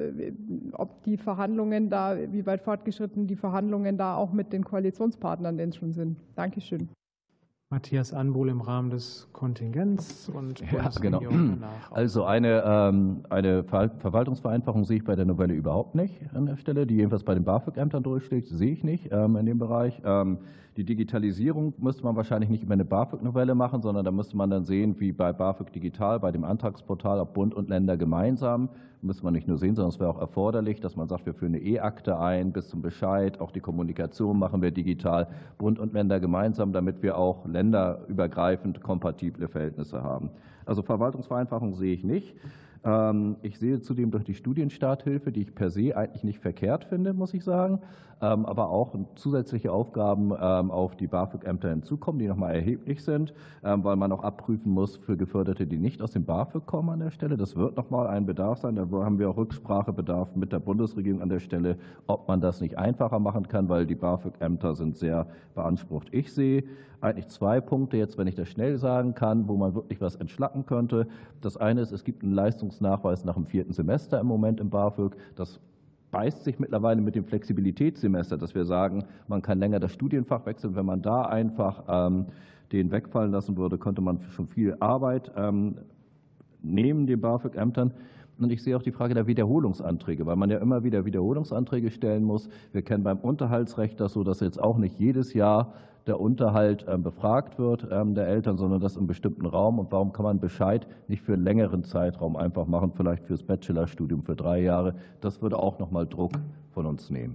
ob die Verhandlungen da, wie weit fortgeschritten die Verhandlungen da auch mit den Koalitionspartnern denn schon sind. Dankeschön.
Matthias Anbuhl im Rahmen des Kontingents und
ja, genau. Also eine Verwaltungsvereinfachung sehe ich bei der Novelle überhaupt nicht an der Stelle, die jedenfalls bei den BAföG-Ämtern durchschlägt, sehe ich nicht in dem Bereich. Die Digitalisierung müsste man wahrscheinlich nicht über eine BAföG-Novelle machen, sondern da müsste man dann sehen, wie bei BAföG Digital, bei dem Antragsportal, ob Bund und Länder gemeinsam, müsste man nicht nur sehen, sondern es wäre auch erforderlich, dass man sagt, wir führen eine E-Akte ein bis zum Bescheid, auch die Kommunikation machen wir digital, Bund und Länder gemeinsam, damit wir auch länderübergreifend kompatible Verhältnisse haben. Also Verwaltungsvereinfachung sehe ich nicht. Ich sehe zudem durch die Studienstarthilfe, die ich per se eigentlich nicht verkehrt finde, muss ich sagen, aber auch zusätzliche Aufgaben auf die BAföG-Ämter hinzukommen, die nochmal erheblich sind, weil man auch abprüfen muss für Geförderte, die nicht aus dem BAföG kommen an der Stelle. Das wird nochmal ein Bedarf sein. Da haben wir auch Rücksprachebedarf mit der Bundesregierung an der Stelle, ob man das nicht einfacher machen kann, weil die BAföG-Ämter sind sehr beansprucht. Ich sehe eigentlich 2 Punkte, jetzt, wenn ich das schnell sagen kann, wo man wirklich was entschlacken könnte. Das eine ist, es gibt einen Leistungsnachweis nach dem 4. Semester im Moment im BAföG. Das beißt sich mittlerweile mit dem Flexibilitätssemester, dass wir sagen, man kann länger das Studienfach wechseln. Wenn man da einfach den wegfallen lassen würde, könnte man schon viel Arbeit nehmen den BAföG-Ämtern. Und ich sehe auch die Frage der Wiederholungsanträge, weil man ja immer wieder Wiederholungsanträge stellen muss. Wir kennen beim Unterhaltsrecht das so, dass jetzt auch nicht jedes Jahr der Unterhalt befragt wird der Eltern, sondern das im bestimmten Raum. Und warum kann man Bescheid nicht für einen längeren Zeitraum einfach machen, vielleicht fürs Bachelorstudium für 3 Jahre? Das würde auch nochmal Druck von uns nehmen.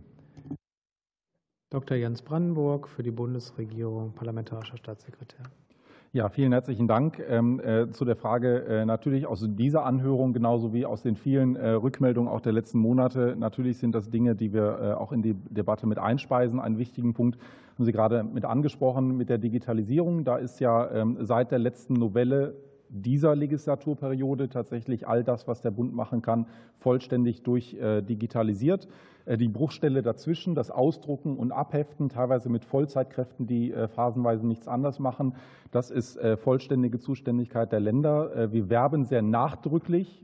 Dr. Jens Brandenburg für die Bundesregierung, parlamentarischer Staatssekretär.
Ja, vielen herzlichen Dank. Zu der Frage natürlich aus dieser Anhörung genauso wie aus den vielen Rückmeldungen auch der letzten Monate. Natürlich sind das Dinge, die wir auch in die Debatte mit einspeisen. Einen wichtigen Punkt haben Sie gerade mit angesprochen, mit der Digitalisierung. Da ist ja seit der letzten Novelle dieser Legislaturperiode tatsächlich all das, was der Bund machen kann, vollständig durchdigitalisiert. Die Bruchstelle dazwischen, das Ausdrucken und Abheften, teilweise mit Vollzeitkräften, die phasenweise nichts anderes machen, das ist vollständige Zuständigkeit der Länder. Wir werben sehr nachdrücklich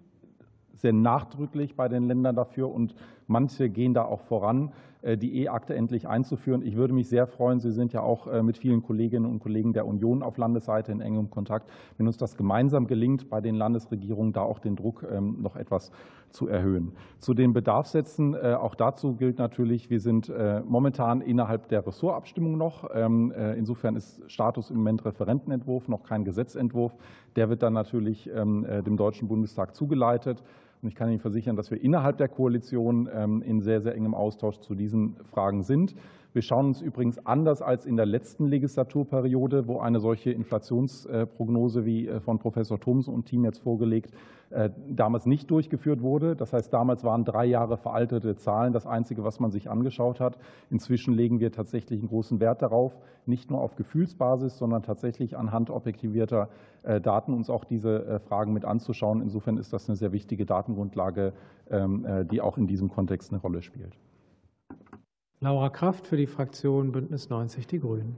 bei den Ländern dafür und manche gehen da auch voran, die E-Akte endlich einzuführen. Ich würde mich sehr freuen, Sie sind ja auch mit vielen Kolleginnen und Kollegen der Union auf Landesseite in engem Kontakt, wenn uns das gemeinsam gelingt, bei den Landesregierungen da auch den Druck noch etwas zu erhöhen. Zu den Bedarfssätzen, auch dazu gilt natürlich, wir sind momentan innerhalb der Ressortabstimmung noch. Insofern ist Status im Moment Referentenentwurf, noch kein Gesetzentwurf. Der wird dann natürlich dem Deutschen Bundestag zugeleitet. Und ich kann Ihnen versichern, dass wir innerhalb der Koalition in sehr, sehr engem Austausch zu diesen Fragen sind. Wir schauen uns übrigens anders als in der letzten Legislaturperiode, wo eine solche Inflationsprognose wie von Professor Thomsen und Team jetzt vorgelegt damals nicht durchgeführt wurde. Das heißt, damals waren 3 Jahre veraltete Zahlen das Einzige, was man sich angeschaut hat. Inzwischen legen wir tatsächlich einen großen Wert darauf, nicht nur auf Gefühlsbasis, sondern tatsächlich anhand objektivierter Daten uns auch diese Fragen mit anzuschauen. Insofern ist das eine sehr wichtige Datengrundlage, die auch in diesem Kontext eine Rolle spielt.
Laura Kraft für die Fraktion Bündnis 90 Die Grünen.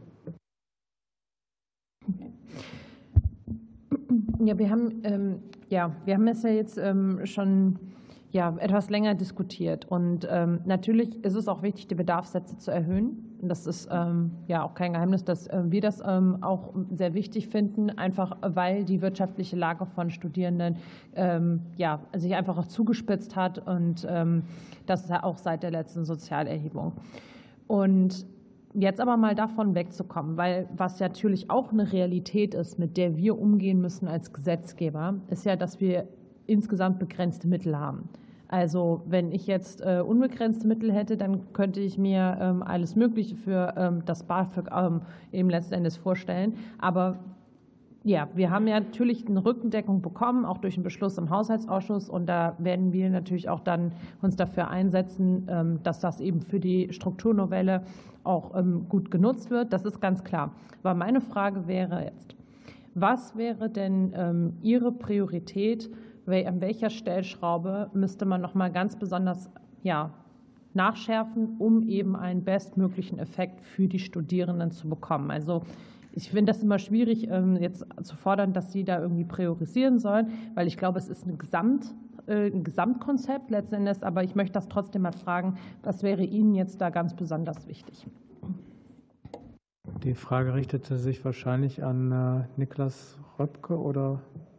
Ja, wir haben es ja jetzt schon etwas länger diskutiert. Und natürlich ist es auch wichtig, die Bedarfssätze zu erhöhen. Das ist auch kein Geheimnis, dass wir das auch sehr wichtig finden, einfach weil die wirtschaftliche Lage von Studierenden sich einfach auch zugespitzt hat und das auch seit der letzten Sozialerhebung. Und jetzt aber mal davon wegzukommen, weil was ja natürlich auch eine Realität ist, mit der wir umgehen müssen als Gesetzgeber, ist ja, dass wir insgesamt begrenzte Mittel haben. Also wenn ich jetzt unbegrenzte Mittel hätte, dann könnte ich mir alles Mögliche für das BAföG eben letzten Endes vorstellen. Aber ja, wir haben ja natürlich eine Rückendeckung bekommen, auch durch einen Beschluss im Haushaltsausschuss. Und da werden wir natürlich auch dann uns dafür einsetzen, dass das eben für die Strukturnovelle auch gut genutzt wird. Das ist ganz klar. Aber meine Frage wäre jetzt, was wäre denn Ihre Priorität? An welcher Stellschraube müsste man noch mal ganz besonders nachschärfen, um eben einen bestmöglichen Effekt für die Studierenden zu bekommen? Also ich finde das immer schwierig, jetzt zu fordern, dass sie da irgendwie priorisieren sollen, weil ich glaube, es ist ein Gesamtkonzept letzten Endes. Aber ich möchte das trotzdem mal fragen, was wäre Ihnen jetzt da ganz besonders wichtig?
Die Frage richtete sich wahrscheinlich an Niklas Röpke oder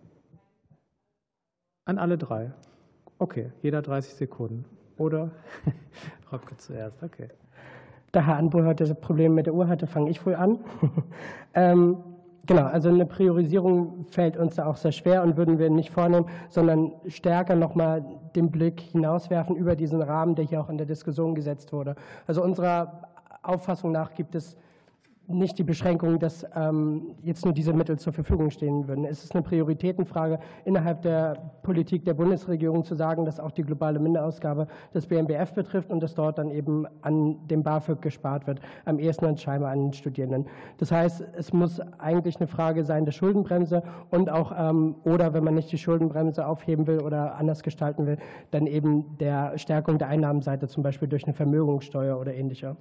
an alle 3. Okay, jeder 30 Sekunden. Oder Röpke zuerst, okay.
Da Herr Anbuhl heute das Problem mit der Uhr hatte, fange ich früh an. Genau, also eine Priorisierung fällt uns da auch sehr schwer und würden wir nicht vornehmen, sondern stärker nochmal den Blick hinauswerfen über diesen Rahmen, der hier auch in der Diskussion gesetzt wurde. Also unserer Auffassung nach gibt es nicht die Beschränkung, dass jetzt nur diese Mittel zur Verfügung stehen würden. Es ist eine Prioritätenfrage innerhalb der Politik der Bundesregierung zu sagen, dass auch die globale Minderausgabe das BMBF betrifft und dass dort dann eben an dem BAföG gespart wird, am ehesten dann scheinbar an den Studierenden. Das heißt, es muss eigentlich eine Frage sein der Schuldenbremse und auch, oder wenn man nicht die Schuldenbremse aufheben will oder anders gestalten will, dann eben der Stärkung der Einnahmenseite, zum Beispiel durch eine Vermögenssteuer oder ähnlicher.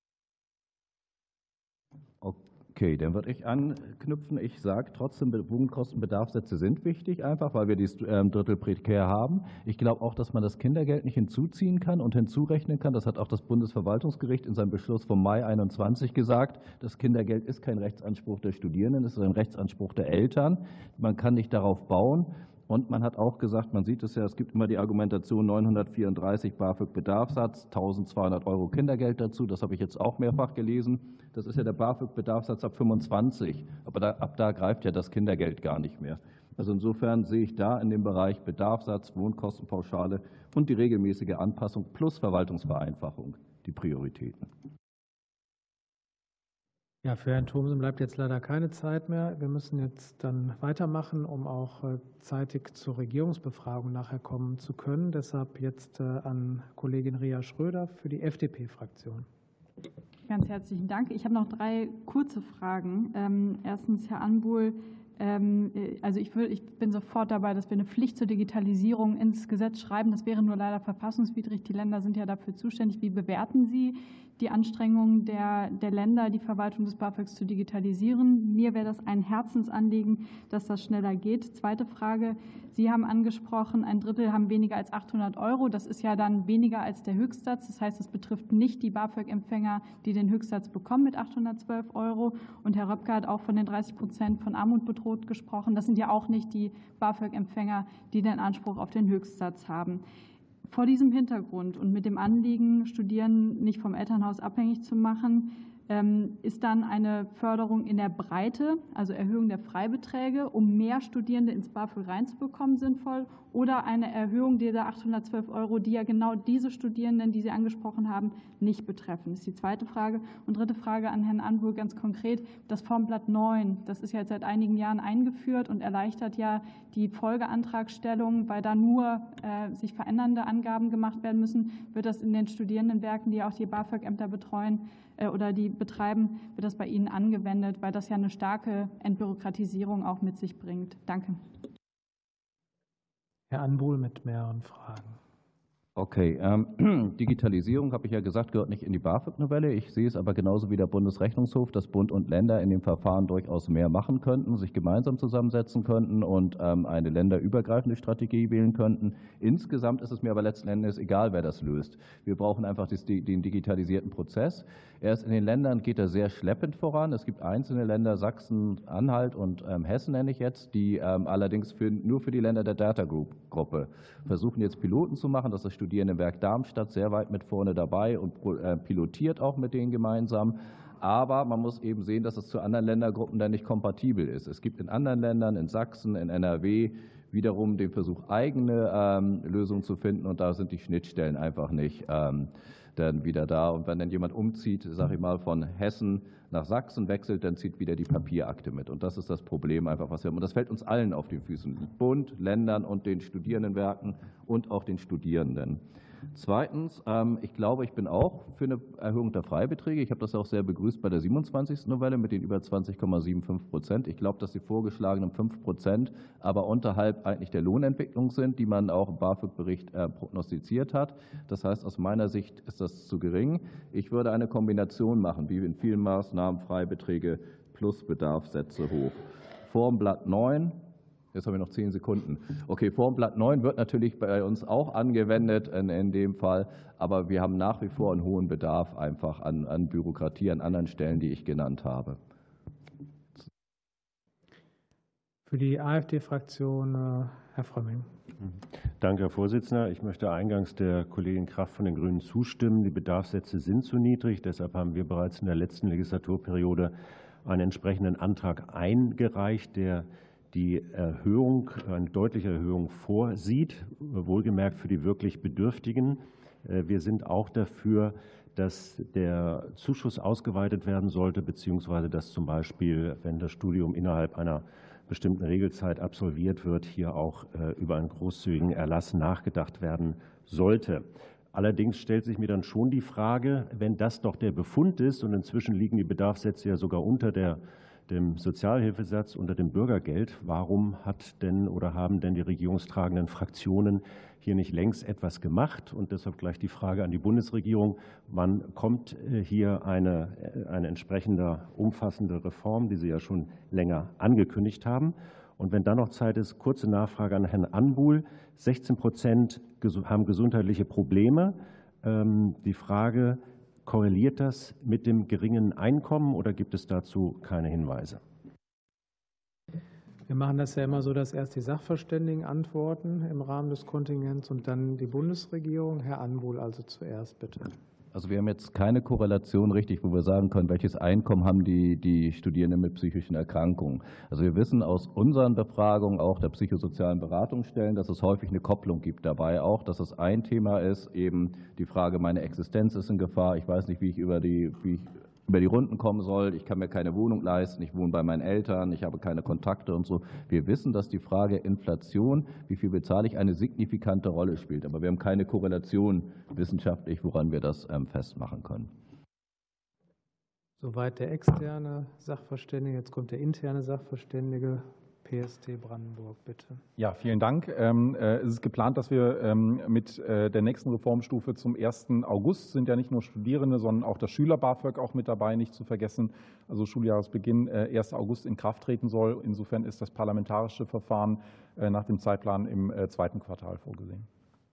Okay, dann würde ich anknüpfen. Ich sage trotzdem, Wohnkostenbedarfssätze sind wichtig, einfach weil wir die Drittel prekär haben. Ich glaube auch, dass man das Kindergeld nicht hinzuziehen kann und hinzurechnen kann. Das hat auch das Bundesverwaltungsgericht in seinem Beschluss vom Mai 21 gesagt. Das Kindergeld ist kein Rechtsanspruch der Studierenden, es ist ein Rechtsanspruch der Eltern. Man kann nicht darauf bauen. Und man hat auch gesagt, man sieht es ja, es gibt immer die Argumentation 934 BAföG-Bedarfssatz, 1.200 € Kindergeld dazu. Das habe ich jetzt auch mehrfach gelesen. Das ist ja der BAföG-Bedarfssatz ab 25. Aber ab da greift ja das Kindergeld gar nicht mehr. Also insofern sehe ich da in dem Bereich Bedarfssatz, Wohnkostenpauschale und die regelmäßige Anpassung plus Verwaltungsvereinfachung die Prioritäten.
Ja, für Herrn Thomsen bleibt jetzt leider keine Zeit mehr. Wir müssen jetzt dann weitermachen, um auch zeitig zur Regierungsbefragung nachher kommen zu können. Deshalb jetzt an Kollegin Ria Schröder für die FDP-Fraktion.
Ganz herzlichen Dank. Ich habe noch 3 kurze Fragen. Erstens, Herr Anbuhl, also ich bin sofort dabei, dass wir eine Pflicht zur Digitalisierung ins Gesetz schreiben. Das wäre nur leider verfassungswidrig. Die Länder sind ja dafür zuständig. Wie bewerten Sie die Anstrengungen der Länder, die Verwaltung des BAföGs zu digitalisieren? Mir wäre das ein Herzensanliegen, dass das schneller geht. Zweite Frage. Sie haben angesprochen, 1/3 haben weniger als 800 €. Das ist ja dann weniger als der Höchstsatz. Das heißt, es betrifft nicht die BAföG-Empfänger, die den Höchstsatz bekommen mit 812 €. Und Herr Röpke hat auch von den 30% von Armut bedroht gesprochen. Das sind ja auch nicht die BAföG-Empfänger, die den Anspruch auf den Höchstsatz haben. Vor diesem Hintergrund und mit dem Anliegen, Studierende nicht vom Elternhaus abhängig zu machen, ist dann eine Förderung in der Breite, also Erhöhung der Freibeträge, um mehr Studierende ins BAföG reinzubekommen, sinnvoll, oder eine Erhöhung dieser 812 €, die ja genau diese Studierenden, die Sie angesprochen haben, nicht betreffen? Das ist die zweite Frage. Und dritte Frage an Herrn Anbuhl ganz konkret. Das Formblatt 9, das ist ja jetzt seit einigen Jahren eingeführt und erleichtert ja die Folgeantragstellung, weil da nur sich verändernde Angaben gemacht werden müssen. Wird das in den Studierendenwerken, die auch die BAföG-Ämter betreuen oder die betreiben, wird das bei Ihnen angewendet, weil das ja eine starke Entbürokratisierung auch mit sich bringt? Danke.
Herr Anbuhl mit mehreren Fragen.
Okay, Digitalisierung, habe ich ja gesagt, gehört nicht in die BAföG-Novelle. Ich sehe es aber genauso wie der Bundesrechnungshof, dass Bund und Länder in dem Verfahren durchaus mehr machen könnten, sich gemeinsam zusammensetzen könnten und eine länderübergreifende Strategie wählen könnten. Insgesamt ist es mir aber letzten Endes egal, wer das löst. Wir brauchen einfach den digitalisierten Prozess. Erst in den Ländern geht er sehr schleppend voran. Es gibt einzelne Länder, Sachsen, Anhalt und Hessen nenne ich jetzt, die allerdings nur für die Länder der Data Group-Gruppe versuchen jetzt Piloten zu machen. Das ist das Studierendenwerk Darmstadt sehr weit mit vorne dabei und pilotiert auch mit denen gemeinsam. Aber man muss eben sehen, dass es zu anderen Ländergruppen dann nicht kompatibel ist. Es gibt in anderen Ländern, in Sachsen, in NRW, wiederum den Versuch, eigene Lösungen zu finden. Und da sind die Schnittstellen einfach nicht dann wieder da. Und wenn dann jemand umzieht, sage ich mal, von Hessen nach Sachsen wechselt, dann zieht wieder die Papierakte mit. Und das ist das Problem einfach, was wir haben. Und das fällt uns allen auf die Füße. Bund, Ländern und den Studierendenwerken und auch den Studierenden. Zweitens, ich glaube, ich bin auch für eine Erhöhung der Freibeträge. Ich habe das auch sehr begrüßt bei der 27. Novelle mit den über 20,75%. Ich glaube, dass die vorgeschlagenen 5% aber unterhalb eigentlich der Lohnentwicklung sind, die man auch im BAföG-Bericht prognostiziert hat. Das heißt, aus meiner Sicht ist das zu gering. Ich würde eine Kombination machen, wie in vielen Maßnahmen, Freibeträge plus Bedarfssätze hoch. Formblatt 9. Jetzt habe ich noch 10 Sekunden. Okay, Formblatt 9 wird natürlich bei uns auch angewendet in dem Fall, aber wir haben nach wie vor einen hohen Bedarf einfach an Bürokratie an anderen Stellen, die ich genannt habe.
Für die AfD-Fraktion Herr Frömming.
Danke, Herr Vorsitzender. Ich möchte eingangs der Kollegin Kraft von den Grünen zustimmen. Die Bedarfssätze sind zu niedrig. Deshalb haben wir bereits in der letzten Legislaturperiode einen entsprechenden Antrag eingereicht, der die Erhöhung, eine deutliche Erhöhung vorsieht, wohlgemerkt für die wirklich Bedürftigen. Wir sind auch dafür, dass der Zuschuss ausgeweitet werden sollte, beziehungsweise dass zum Beispiel, wenn das Studium innerhalb einer bestimmten Regelzeit absolviert wird, hier auch über einen großzügigen Erlass nachgedacht werden sollte. Allerdings stellt sich mir dann schon die Frage, wenn das doch der Befund ist, und inzwischen liegen die Bedarfssätze ja sogar unter dem Sozialhilfesatz, unter dem Bürgergeld, warum haben denn die regierungstragenden Fraktionen hier nicht längst etwas gemacht? Und deshalb gleich die Frage an die Bundesregierung: Wann kommt hier eine entsprechende umfassende Reform, die Sie ja schon länger angekündigt haben? Und wenn dann noch Zeit ist, kurze Nachfrage an Herrn Anbuhl. 16% haben gesundheitliche Probleme. Die Frage: Korreliert das mit dem geringen Einkommen oder gibt es dazu keine Hinweise?
Wir machen das ja immer so, dass erst die Sachverständigen antworten im Rahmen des Kontingents und dann die Bundesregierung. Herr Anbuhl also zuerst, bitte.
Also wir haben jetzt keine Korrelation richtig, wo wir sagen können, welches Einkommen haben die Studierenden mit psychischen Erkrankungen. Also wir wissen aus unseren Befragungen auch der psychosozialen Beratungsstellen, dass es häufig eine Kopplung gibt dabei auch, dass es ein Thema ist, eben die Frage, meine Existenz ist in Gefahr, ich weiß nicht, wie ich über die Runden kommen soll, ich kann mir keine Wohnung leisten, ich wohne bei meinen Eltern, ich habe keine Kontakte und so. Wir wissen, dass die Frage Inflation, wie viel bezahle ich, eine signifikante Rolle spielt. Aber wir haben keine Korrelation wissenschaftlich, woran wir das festmachen können.
Soweit der externe Sachverständige. Jetzt kommt der interne Sachverständige. PST Brandenburg, bitte.
Ja, vielen Dank. Es ist geplant, dass wir mit der nächsten Reformstufe zum 1. August, sind ja nicht nur Studierende, sondern auch das Schüler-BAföG auch mit dabei, nicht zu vergessen, also Schuljahresbeginn 1. August in Kraft treten soll. Insofern ist das parlamentarische Verfahren nach dem Zeitplan im 2. Quartal vorgesehen.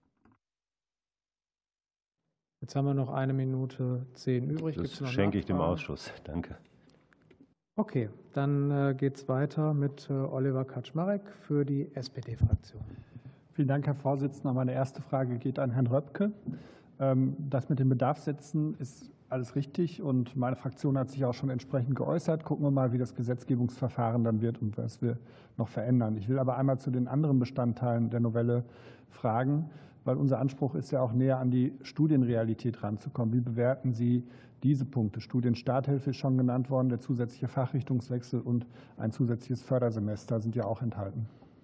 Jetzt haben wir noch 1 Minute 10 übrig.
Das schenke ich dem Ausschuss. Danke.
Okay, dann geht es weiter mit Oliver Kaczmarek für die SPD-Fraktion.
Vielen Dank, Herr Vorsitzender. Meine erste Frage geht an Herrn Röpke. Das mit den Bedarfssätzen ist alles richtig und meine Fraktion hat sich auch schon entsprechend geäußert. Gucken wir mal, wie das Gesetzgebungsverfahren dann wird und was wir noch verändern. Ich will aber einmal zu den anderen Bestandteilen der Novelle fragen, weil unser Anspruch ist ja auch näher an die Studienrealität ranzukommen. Wie bewerten Sie diese Punkte? Studienstarthilfe ist schon genannt worden, der zusätzliche Fachrichtungswechsel und ein zusätzliches Fördersemester sind ja auch enthalten.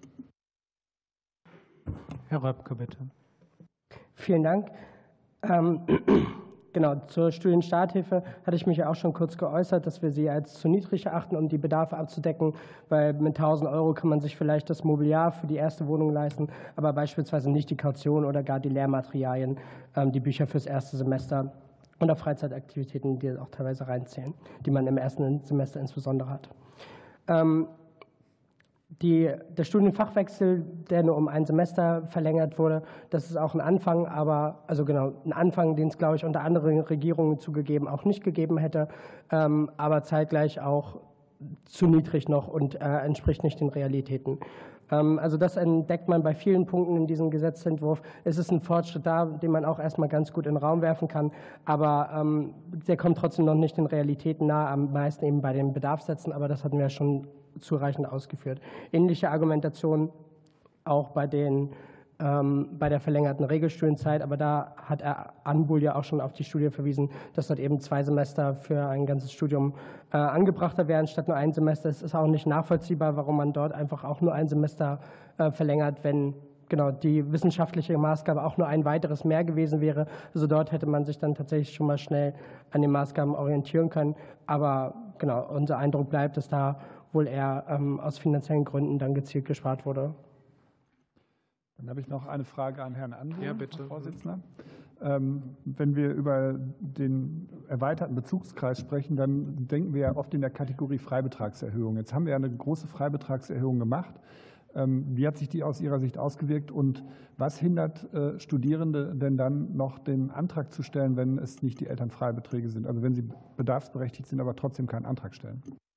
Herr Röpke, bitte.
Vielen Dank. Genau, zur Studienstarthilfe hatte ich mich ja auch schon kurz geäußert, dass wir sie als zu niedrig erachten, um die Bedarfe abzudecken, weil mit 1.000 € kann man sich vielleicht das Mobiliar für die erste Wohnung leisten, aber beispielsweise nicht die Kaution oder gar die Lehrmaterialien, die Bücher fürs erste Semester oder Freizeitaktivitäten, die auch teilweise reinzählen, die man im ersten Semester insbesondere hat. Der Studienfachwechsel, der nur um ein Semester verlängert wurde, das ist auch ein Anfang, ein Anfang, den es, glaube ich, unter anderen Regierungen zugegeben auch nicht gegeben hätte, aber zeitgleich auch zu niedrig noch und entspricht nicht den Realitäten. Also das entdeckt man bei vielen Punkten in diesem Gesetzentwurf. Es ist ein Fortschritt da, den man auch erstmal ganz gut in den Raum werfen kann, aber der kommt trotzdem noch nicht den Realitäten nahe, am meisten eben bei den Bedarfssätzen, aber das hatten wir schon zureichend ausgeführt. Ähnliche Argumentation auch bei der verlängerten Regelstudienzeit, aber da hat Herr Anbuhl ja auch schon auf die Studie verwiesen, dass dort eben 2 Semester für ein ganzes Studium angebrachter wären, statt nur ein Semester. Es ist auch nicht nachvollziehbar, warum man dort einfach auch nur ein Semester verlängert, wenn genau die wissenschaftliche Maßgabe auch nur ein weiteres mehr gewesen wäre. Also dort hätte man sich dann tatsächlich schon mal schnell an den Maßgaben orientieren können. Aber genau, unser Eindruck bleibt, dass da wohl eher aus finanziellen Gründen dann gezielt gespart wurde.
Dann habe ich noch eine Frage an Herrn Anbuhl,
ja, bitte.
Herr Vorsitzender. Wenn wir über den erweiterten Bezugskreis sprechen, dann denken wir ja oft in der Kategorie Freibetragserhöhung. Jetzt haben wir ja eine große Freibetragserhöhung gemacht. Wie hat sich die aus Ihrer Sicht ausgewirkt und was hindert Studierende denn dann noch den Antrag zu stellen, wenn es nicht die Elternfreibeträge sind? Also wenn sie bedarfsberechtigt sind, aber trotzdem keinen Antrag stellen?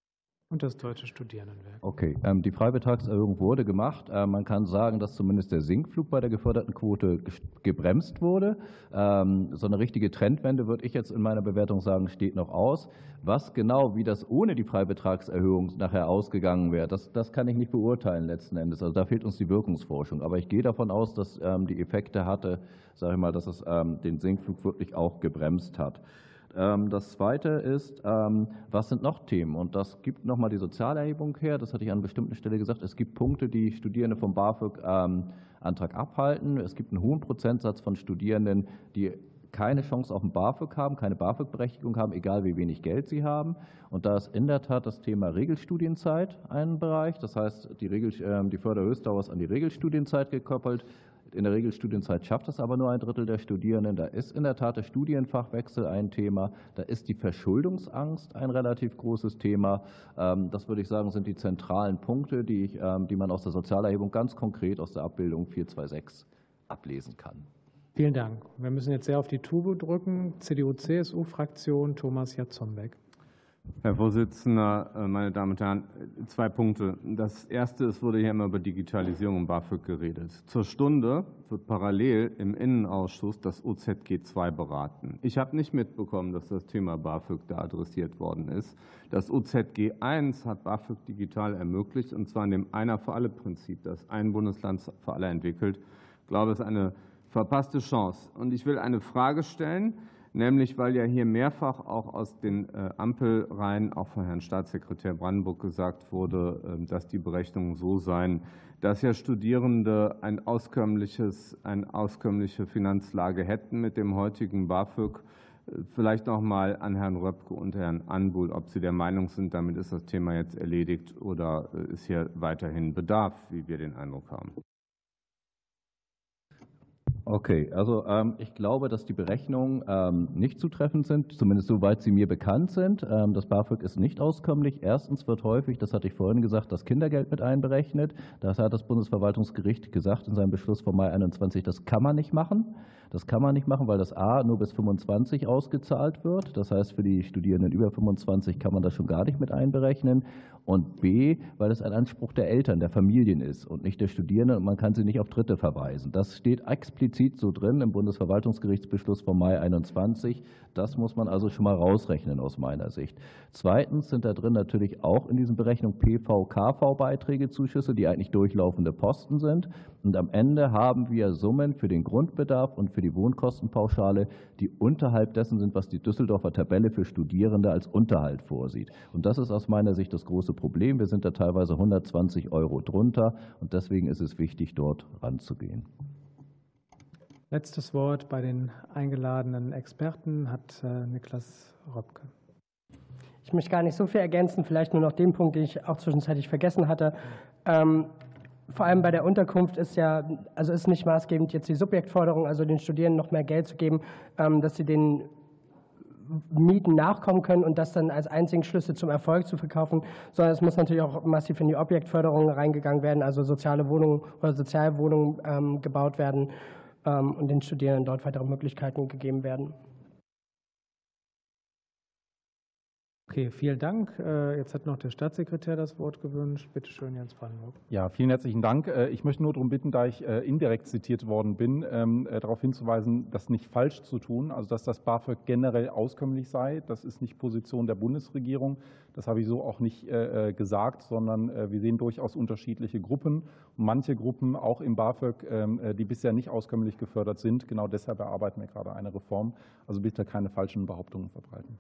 Und das Deutsche Studierendenwerk.
Okay, die Freibetragserhöhung wurde gemacht. Man kann sagen, dass zumindest der Sinkflug bei der geförderten Quote gebremst wurde. So eine richtige Trendwende, würde ich jetzt in meiner Bewertung sagen, steht noch aus. Was genau, wie das ohne die Freibetragserhöhung nachher ausgegangen wäre, das kann ich nicht beurteilen letzten Endes. Also da fehlt uns die Wirkungsforschung. Aber ich gehe davon aus, dass die Effekte hatte, sage ich mal, dass es den Sinkflug wirklich auch gebremst hat. Das Zweite ist, was sind noch Themen? Und das gibt nochmal die Sozialerhebung her. Das hatte ich an einer bestimmten Stelle gesagt. Es gibt Punkte, die Studierende vom BAföG-Antrag abhalten. Es gibt einen hohen Prozentsatz von Studierenden, die keine Chance auf ein BAföG haben, keine BAföG-Berechtigung haben, egal wie wenig Geld sie haben. Und da ist in der Tat das Thema Regelstudienzeit ein Bereich. Das heißt, die Förderhöchstdauer ist an die Regelstudienzeit gekoppelt. In der Regelstudienzeit schafft es aber nur ein Drittel der Studierenden. Da ist in der Tat der Studienfachwechsel ein Thema. Da ist die Verschuldungsangst ein relativ großes Thema. Das würde ich sagen, sind die zentralen Punkte, die man aus der Sozialerhebung ganz konkret aus der Abbildung 426 ablesen kann.
Vielen Dank. Wir müssen jetzt sehr auf die Tube drücken. CDU-CSU-Fraktion, Thomas Jatzombeck.
Herr Vorsitzender, meine Damen und Herren, 2 Punkte. Das erste, es wurde hier immer über Digitalisierung und BAföG geredet. Zur Stunde wird parallel im Innenausschuss das OZG II beraten. Ich habe nicht mitbekommen, dass das Thema BAföG da adressiert worden ist. Das OZG I hat BAföG digital ermöglicht, und zwar in dem Einer-für-alle-Prinzip, das ein Bundesland für alle entwickelt. Ich glaube, es ist eine verpasste Chance. Und ich will eine Frage stellen, nämlich weil ja hier mehrfach auch aus den Ampelreihen, auch von Herrn Staatssekretär Brandenburg gesagt wurde, dass die Berechnungen so seien, dass ja Studierende eine auskömmliche Finanzlage hätten mit dem heutigen BAföG. Vielleicht noch mal an Herrn Röpke und Herrn Anbuhl, ob Sie der Meinung sind, damit ist das Thema jetzt erledigt, oder ist hier weiterhin Bedarf, wie wir den Eindruck haben?
Okay, also ich glaube, dass die Berechnungen nicht zutreffend sind, zumindest soweit sie mir bekannt sind. Das BAföG ist nicht auskömmlich. Erstens wird häufig, das hatte ich vorhin gesagt, das Kindergeld mit einberechnet. Das hat das Bundesverwaltungsgericht gesagt in seinem Beschluss vom Mai 21, das kann man nicht machen. Das kann man nicht machen, weil das A nur bis 25 ausgezahlt wird. Das heißt, für die Studierenden über 25 kann man das schon gar nicht mit einberechnen. Und B, weil es ein Anspruch der Eltern, der Familien ist und nicht der Studierenden, und man kann sie nicht auf Dritte verweisen. Das steht explizit so drin im Bundesverwaltungsgerichtsbeschluss vom Mai 21. Das muss man also schon mal rausrechnen aus meiner Sicht. Zweitens sind da drin natürlich auch in diesen Berechnungen PV-KV-Beiträge, Zuschüsse, die eigentlich durchlaufende Posten sind. Und am Ende haben wir Summen für den Grundbedarf und für die Wohnkostenpauschale, die unterhalb dessen sind, was die Düsseldorfer Tabelle für Studierende als Unterhalt vorsieht. Und das ist aus meiner Sicht das große Problem. Wir sind da teilweise 120 € drunter, und deswegen ist es wichtig, dort ranzugehen.
Letztes Wort bei den eingeladenen Experten hat Niklas Röpke.
Ich möchte gar nicht so viel ergänzen, vielleicht nur noch den Punkt, den ich auch zwischenzeitlich vergessen hatte. Vor allem bei der Unterkunft ist ist nicht maßgebend jetzt die Subjektforderung, also den Studierenden noch mehr Geld zu geben, dass sie den Mieten nachkommen können und das dann als einzigen Schlüssel zum Erfolg zu verkaufen, sondern es muss natürlich auch massiv in die Objektförderung reingegangen werden, also soziale Wohnungen oder Sozialwohnungen gebaut werden und den Studierenden dort weitere Möglichkeiten gegeben werden.
Okay, vielen Dank. Jetzt hat noch der Staatssekretär das Wort gewünscht. Bitte schön, Jens Brandenburg.
Ja, vielen herzlichen Dank. Ich möchte nur darum bitten, da ich indirekt zitiert worden bin, darauf hinzuweisen, das nicht falsch zu tun, also dass das BAföG generell auskömmlich sei. Das ist nicht Position der Bundesregierung. Das habe ich so auch nicht gesagt, sondern wir sehen durchaus unterschiedliche Gruppen. Und manche Gruppen, auch im BAföG, die bisher nicht auskömmlich gefördert sind. Genau deshalb erarbeiten wir gerade eine Reform. Also bitte keine falschen Behauptungen verbreiten.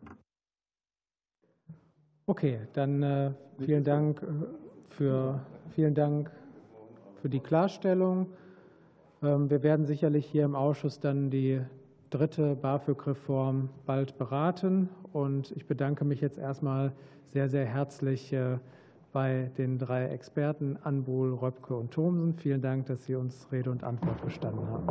Okay, dann vielen Dank für die Klarstellung. Wir werden sicherlich hier im Ausschuss dann die 3. BAföG-Reform bald beraten. Und ich bedanke mich jetzt erstmal sehr, sehr herzlich bei den 3 Experten, Anbuhl, Röpke und Thomsen. Vielen Dank, dass Sie uns Rede und Antwort gestanden haben.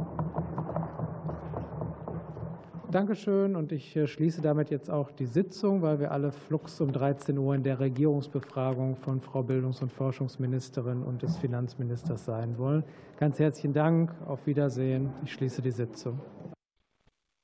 Dankeschön, und ich schließe damit jetzt auch die Sitzung, weil wir alle flugs um 13 Uhr in der Regierungsbefragung von Frau Bildungs- und Forschungsministerin und des Finanzministers sein wollen. Ganz herzlichen Dank, auf Wiedersehen. Ich schließe die Sitzung.